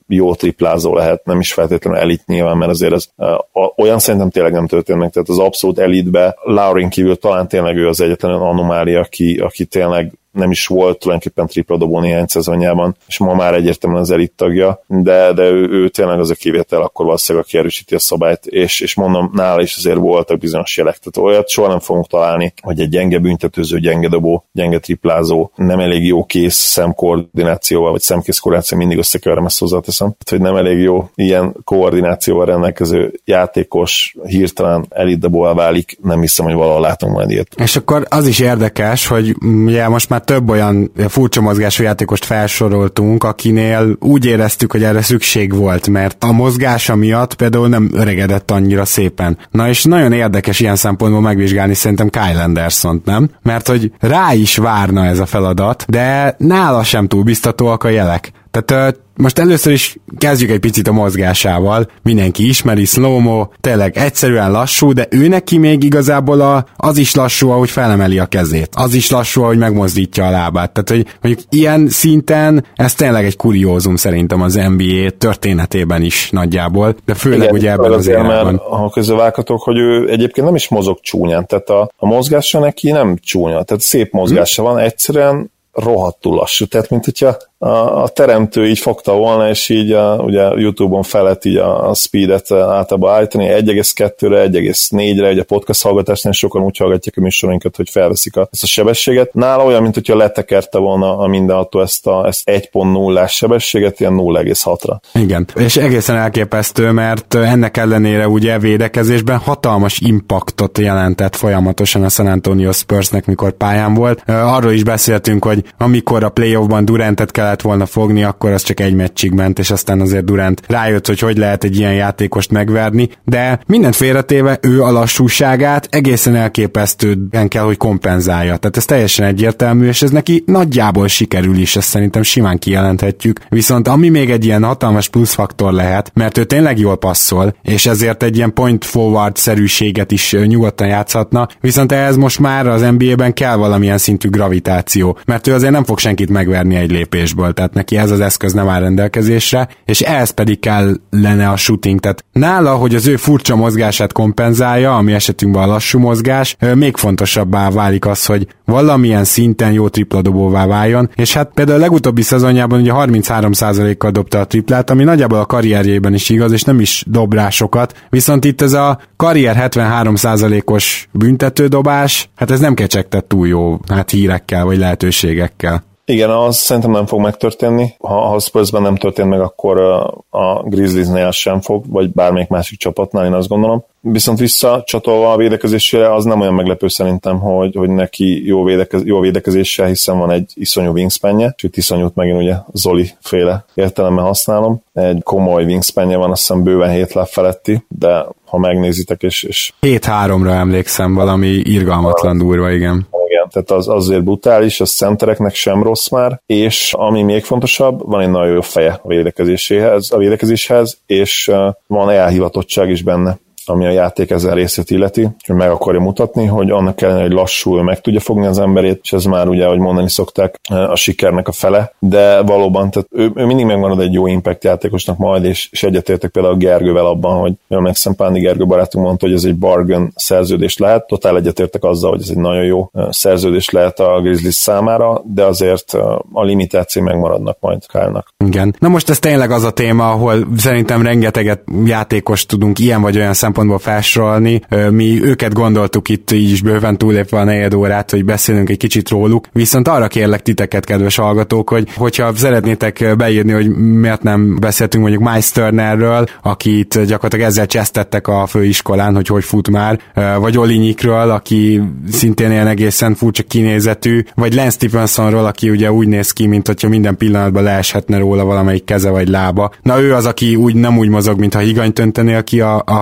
jó triplázó lehet, nem is feltétlenül elit nyilván, mert azért ez olyan szerintem tényleg nem történt meg, tehát az abszolút elitbe Lowryn kívül talán tényleg ő az egyetlen anomália, aki, aki tényleg nem is volt tulajdonképpen tripla dobó néhány szezonjában, és ma már egyértelműen az elit tagja, de, de ő, ő tényleg az a kivétel, akkor valószínűleg aki erősíti a szabályt, és, és mondom, nála is azért voltak bizonyos jelek, tehát olyat soha nem fogunk találni, hogy egy gyenge büntetőző, gyenge dobó, gyenge triplázó, nem elég jó kész szemkoordinációval, vagy szemkész koordináció, mindig összekeverem, ezt hozzáteszem, tehát, hogy nem elég jó ilyen koordinációval rendelkező játékos hirtelen elit dobóval válik, nem hiszem, hogy valahol látunk majd ilyet. És akkor az is érdekes, hogy ugye most már több olyan furcsa mozgású játékost felsoroltunk, akinél úgy éreztük, hogy erre szükség volt, mert a mozgása miatt például nem öregedett annyira szépen. Na és nagyon érdekes ilyen szempontból megvizsgálni szerintem Kyle Andersont, nem? Mert hogy rá is várna ez a feladat, de nála sem túl biztatóak a jelek. Tehát most először is kezdjük egy picit a mozgásával. Mindenki ismeri, slow-mo, tényleg egyszerűen lassú, de ő neki még igazából a, az is lassú, ahogy felemeli a kezét. Az is lassú, ahogy megmozdítja a lábát. Tehát, hogy mondjuk ilyen szinten ez tényleg egy kuriózum szerintem az en bé á történetében is nagyjából, de főleg igen, ugye ebben az érában. Ha közövághatok, hogy ő egyébként nem is mozog csúnyán, tehát a, a mozgása neki nem csúnya, tehát szép mozgása hmm. van, egyszerűen rohadtul lassú, tehát mint hogyha a, a teremtő így fogta volna, és így a, ugye YouTube-on felett így a, a speedet általában állítani egy egész kettőre, egy egész négyre, ugye a podcast hallgatásnál sokan úgy hallgatják a műsorainkat, hogy felveszik a, ezt a sebességet. Nála olyan, mint hogyha letekerte volna a mindenható ezt a ezt egy pont nullás sebességet, ilyen nulla egész hatra. Igen, és egészen elképesztő, mert ennek ellenére ugye védekezésben hatalmas impaktot jelentett folyamatosan a San Antonio Spursnek, mikor pályán volt. Arról is beszéltünk, hogy amikor a playoffban Durantet kellett volna fogni, akkor az csak egy meccsig ment, és aztán azért Durant rájött, hogy hogy lehet egy ilyen játékost megverni, de mindent félretéve ő a lassúságát egészen elképesztően kell, hogy kompenzálja. Tehát ez teljesen egyértelmű, és ez neki nagyjából sikerül is, ezt szerintem simán kijelenthetjük. Viszont ami még egy ilyen hatalmas pluszfaktor lehet, mert ő tényleg jól passzol, és ezért egy ilyen point forward szerűséget is nyugodtan játszhatna, viszont ehhez most már az en bé á-ben kell valamilyen szintű gravitáció, mert ő azért nem fog senkit megverni egy lépésből, tehát neki ez az eszköz nem áll rendelkezésre, és ehhez pedig kellene a shooting, tehát nála, hogy az ő furcsa mozgását kompenzálja, ami esetünkben a lassú mozgás, még fontosabbá válik az, hogy valamilyen szinten jó tripladobóvá váljon, és hát például a legutóbbi szezonjában ugye harminchárom százalékkal dobta a triplát, ami nagyjából a karrierjében is igaz, és nem is dob rá sokat, viszont itt ez a karrier hetvenhárom százalékos büntetődobás, hát ez nem kecsegtett túl jó hát hírekkel, vagy lehetőségekkel. Igen, az szerintem nem fog megtörténni. Ha, ha Spursben nem történt meg, akkor a Grizzliesnél sem fog, vagy bármelyik másik csapatnál, én azt gondolom. Viszont visszacsatolva a védekezésére, az nem olyan meglepő szerintem, hogy, hogy neki jó, védekez, jó védekezéssel, hiszen van egy iszonyú wingspanje, és itt iszonyút megint ugye Zoli féle értelemben használom. Egy komoly wingspanje van, azt hiszem bőven hét láb feletti, de ha megnézitek, és... és... hét háromra emlékszem, valami irgalmatlan durva, igen. Igen, tehát az azért brutális, az centereknek sem rossz már, és ami még fontosabb, van egy nagyon jó feje a védekezéséhez, a védekezéshez, és van elhivatottság is benne, ami a játék ezen részét illeti, hogy meg akarja mutatni, hogy annak ellenére, hogy lassul, meg tudja fogni az emberét, és ez már ugye, ahogy mondani szokták, a sikernek a fele, de valóban, tehát ő, ő mindig megmarad egy jó impact játékosnak majd, és, és egyetértek például a Gergővel abban, hogy emlékszem, Pándi Gergő barátunk mondta, hogy ez egy bargain szerződés lehet, totál egyetértek azzal, hogy ez egy nagyon jó szerződés lehet a Grizzlies számára, de azért a limitáció megmaradnak majd Kyle-nak. Igen. Na most ez tényleg az a téma, ahol szerintem rengeteget játékos tudunk ilyen vagy olyan szempontból felsorolni. Mi őket gondoltuk itt így is bőven túlépve a negyed órát, hogy beszélünk egy kicsit róluk, viszont arra kérlek titeket, kedves hallgatók, hogy hogyha szeretnétek beírni, hogy miért nem beszéltünk mondjuk Miles Turnerről, akit gyakorlatilag ezzel csesztettek a főiskolán, hogy hogy fut már, vagy Olinyikről, aki szintén ilyen egészen furcsa kinézetű, vagy Lance Stephensonról, aki ugye úgy néz ki, mint hogyha minden pillanatban leeshetne róla valamelyik keze vagy lába. Na ő az, aki úgy nem úgy mozog, mintha higanyt öntenél ki, a, a, hanem mintha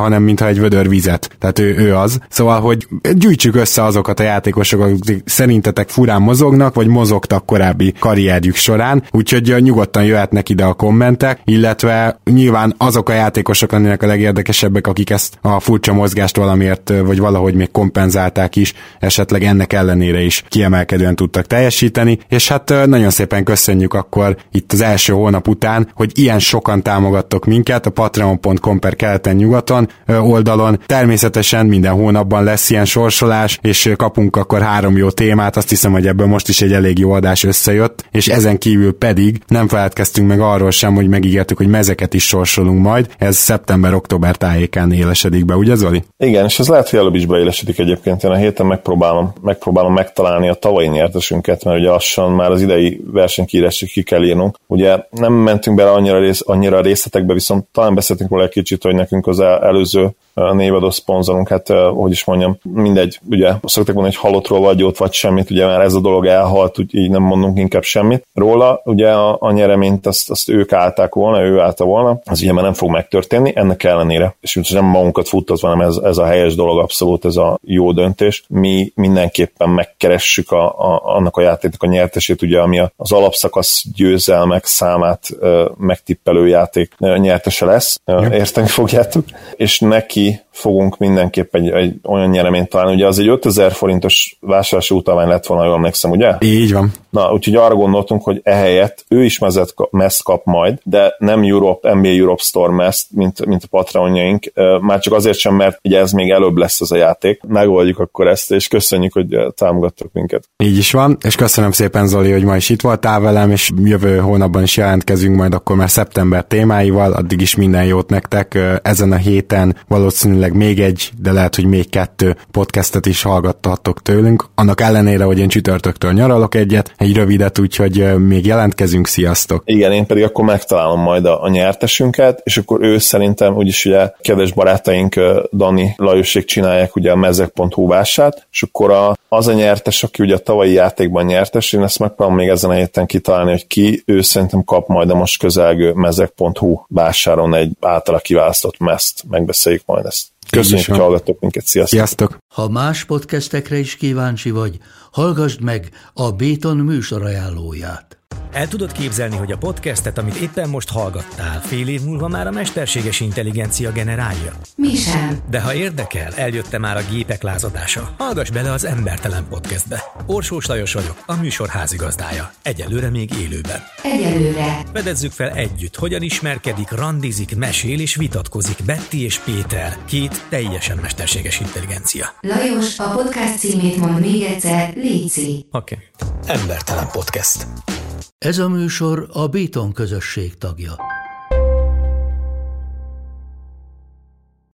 mintha egy vödör vizet. Tehát ő, ő az. Szóval, hogy gyűjtsük össze azokat a játékosokat, akik szerintetek furán mozognak, vagy mozogtak korábbi karrierjük során, úgyhogy nyugodtan jöhetnek ide a kommentek, illetve nyilván azok a játékosok lennének a legérdekesebbek, akik ezt a furcsa mozgást valamiért, vagy valahogy még kompenzálták is, esetleg ennek ellenére is kiemelkedően tudtak teljesíteni, és hát nagyon szépen köszönjük akkor itt az első hónap után, hogy ilyen sokan támogattok minket a patreon pont com per keleten nyugaton oldalon. Természetesen minden hónapban lesz ilyen sorsolás, és kapunk akkor három jó témát, azt hiszem, hogy ebből most is egy elég jó adás összejött, és ezen kívül pedig nem feledkeztünk meg arról sem, hogy megígértük, hogy mezeket is sorsolunk majd, ez szeptember-október tájékán élesedik be, ugye Zoli? Igen, és ez lehet, hogy előbb is beélesedik egyébként, én a héten megpróbálom, megpróbálom megtalálni a tavalyi nyertesünket, mert ugye lassan már az idei versenykírásig ki kell írnunk. Ugye nem mentünk bele annyira, rész, annyira részletekbe, viszont talán beszéltünk róla egy kicsit, hogy nekünk az előző névadó szponzorunk, hát hogy is mondjam, mindegy, ugye szokták mondani, hogy halottról vagy jót, vagy semmit, ugye már ez a dolog elhalt, úgy így nem mondunk inkább semmit róla, ugye a, a nyereményt azt, azt ők állták volna, ő állta volna, az ugye már nem fog megtörténni, ennek ellenére, és nem magunkat futtatva, hanem ez, ez a helyes dolog, abszolút ez a jó döntés. Mi mindenképpen megkeressük a, a, annak a játéknak a nyertesét, ugye, ami az alapszakasz győzelmek számát uh, megtippelő játék uh, nyertese lesz, uh, érteni fogjátok, és neki fogunk mindenképp egy, egy olyan nyereményt találni, ugye az egy ötezer forintos vásárlási utalvány lett volna, jól emlékszem, ugye? Így van. Na, úgyhogy arra gondoltunk, hogy ehelyett ő is mezet kap, mezt kap majd, de nem Europe, en bé á Europe Store mezt, mint, mint a patronjaink, már csak azért sem, mert ugye ez még előbb lesz az a játék. Megoldjuk akkor ezt, és köszönjük, hogy támogattok minket. Így is van, és köszönöm szépen, Zoli, hogy ma is itt voltál velem, és jövő hónapban is jelentkezünk majd akkor már szeptember témáival, addig is minden jót nektek. Ezen a héten valószínűleg még egy, de lehet, hogy még kettő podcastet is hallgathattok tőlünk. Annak ellenére, hogy én csütörtöktől nyaralok egyet, egy rövidet, úgyhogy még jelentkezünk, sziasztok! Igen, én pedig akkor megtalálom majd a, a nyertesünket, és akkor ő szerintem, úgyis ugye kedves barátaink Dani, Lajosék csinálják ugye a mezek pont hu vását, és akkor a, az a nyertes, aki ugye a tavalyi játékban nyertes, én ezt megpróbálom még ezen a héten kitalálni, hogy ki, ő szerintem kap majd a most közelgő mezek pont hu vásáron egy általa kiválasztott mezt, megbeszéljük majd ezt. Köszönjük, hogy hallgattok minket. Sziasztok! Sziasztok! Ha más podcastekre is kíváncsi vagy, hallgassd meg a Béton műsor ajánlóját. El tudod képzelni, hogy a podcastet, amit éppen most hallgattál, fél év múlva már a mesterséges intelligencia generálja? Mi sem. De ha érdekel, eljött már a gépek lázadása. Hallgass bele az Embertelen Podcastbe. Orsós Lajos vagyok, a műsor házigazdája. Egyelőre még élőben. Egyelőre. Fedezzük fel együtt, hogyan ismerkedik, randizik, mesél és vitatkozik Betty és Péter, két teljesen mesterséges intelligencia. Lajos, a podcast címét mond még egyszer, léci. Oké. Okay. Embertelen Podcast. Ez a műsor a Béton közösség tagja.